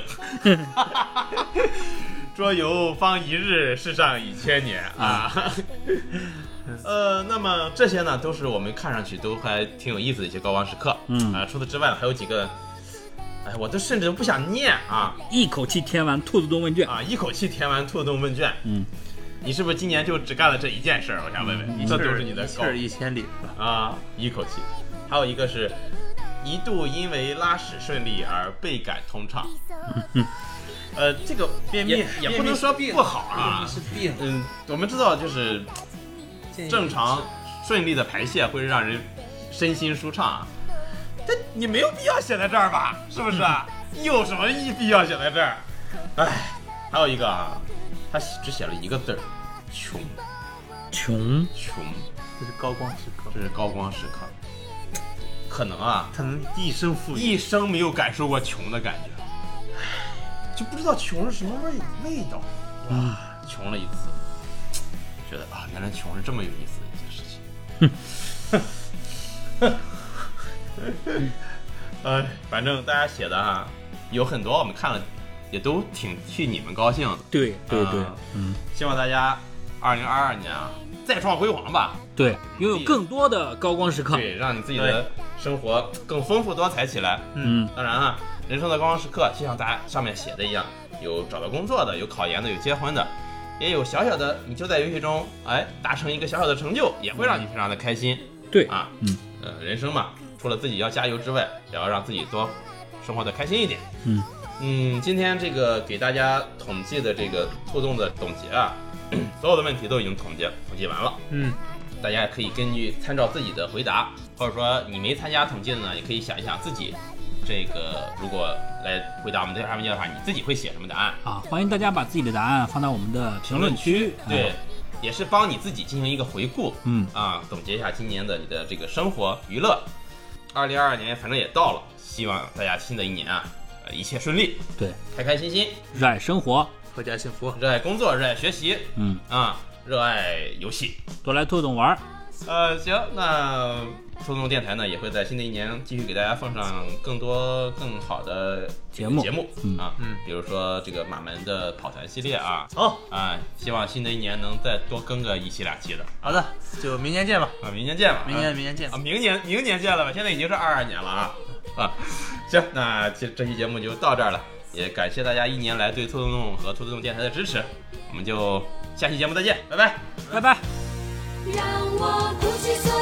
桌游方一日，世上已千年啊。呃，那么这些呢，都是我们看上去都还挺有意思的一些高光时刻。 嗯啊、除此之外呢，还有几个，哎，我都甚至都不想念啊一口气填完兔子洞问卷啊！一口气填完兔子洞问卷。 嗯， 你是不是今年就只干了这一件事儿？我想问问， 嗯这都是你的高气儿一千里是吧？ 啊！一口气。还有一个是，一度因为拉屎顺利而倍感通畅。呃，这个便秘也也不能说不好啊。 是病， 嗯，我们知道就是正常顺利的排泄会让人身心舒畅啊，但你没有必要写在这儿吧？是不是啊？有什么意必要写在这儿？哎，还有一个啊，他只写了一个字儿，穷穷， 穷， 这是高光时刻， 这是高光时刻。可能啊， 他能一生富裕， 一生没有感受过穷的感觉，唉，就不知道穷是什么味味道。哇，穷了一次，觉得啊，原来穷是这么有意思的一件事情。哎，反正大家写的啊，有很多我们看了，也都挺替你们高兴的。 对对对， 啊嗯， 希望大家二零二二年啊，再创辉煌吧。 对，拥有更多的高光时刻。 对，让你自己的生活更丰富多彩起来。 嗯， 当然啊，人生的高光时刻，就像大家上面写的一样，有找到工作的，有考研的，有结婚的，也有小小的，你就在游戏中，哎，达成一个小小的成就，也会让你非常的开心。 对啊， 嗯， 呃，人生嘛，除了自己要加油之外，也要让自己多生活的开心一点。 嗯嗯，今天这个给大家统计的这个兔洞的总结啊，所有的问题都已经统计统计完了。 嗯， 大家也可以根据参照自己的回答，或者说你没参加统计的呢，也可以想一想自己这个如果来回答我们这条问题的话，你自己会写什么答案？ 啊，欢迎大家把自己的答案放到我们的评论区。 对， 啊也是帮你自己进行一个回顾。 嗯啊，总结一下今年的你的这个生活娱乐。二零二二年反正也到了，希望大家新的一年啊，呃，一切顺利， 对， 开开心心， 热爱生活， 阖家幸福。 热爱工作，热爱学习， 嗯， 啊，热爱游戏。 多来兔洞玩儿。 呃，行，那兔洞电台呢也会在新的一年继续给大家奉上更多更好的节目节目嗯啊， 嗯， 比如说这个马门的跑团系列啊， 好， 啊，希望新的一年能再多更个一期两期的好的，就明年见吧， 啊，明年见吧， 明年明年见啊，明年明年见了吧，现在已经是二二年了啊啊，行，那这这期节目就到这儿了，也感谢大家一年来对兔洞洞和兔子洞电台的支持，我们就下期节目再见，拜拜。 拜拜。 让我鼓起所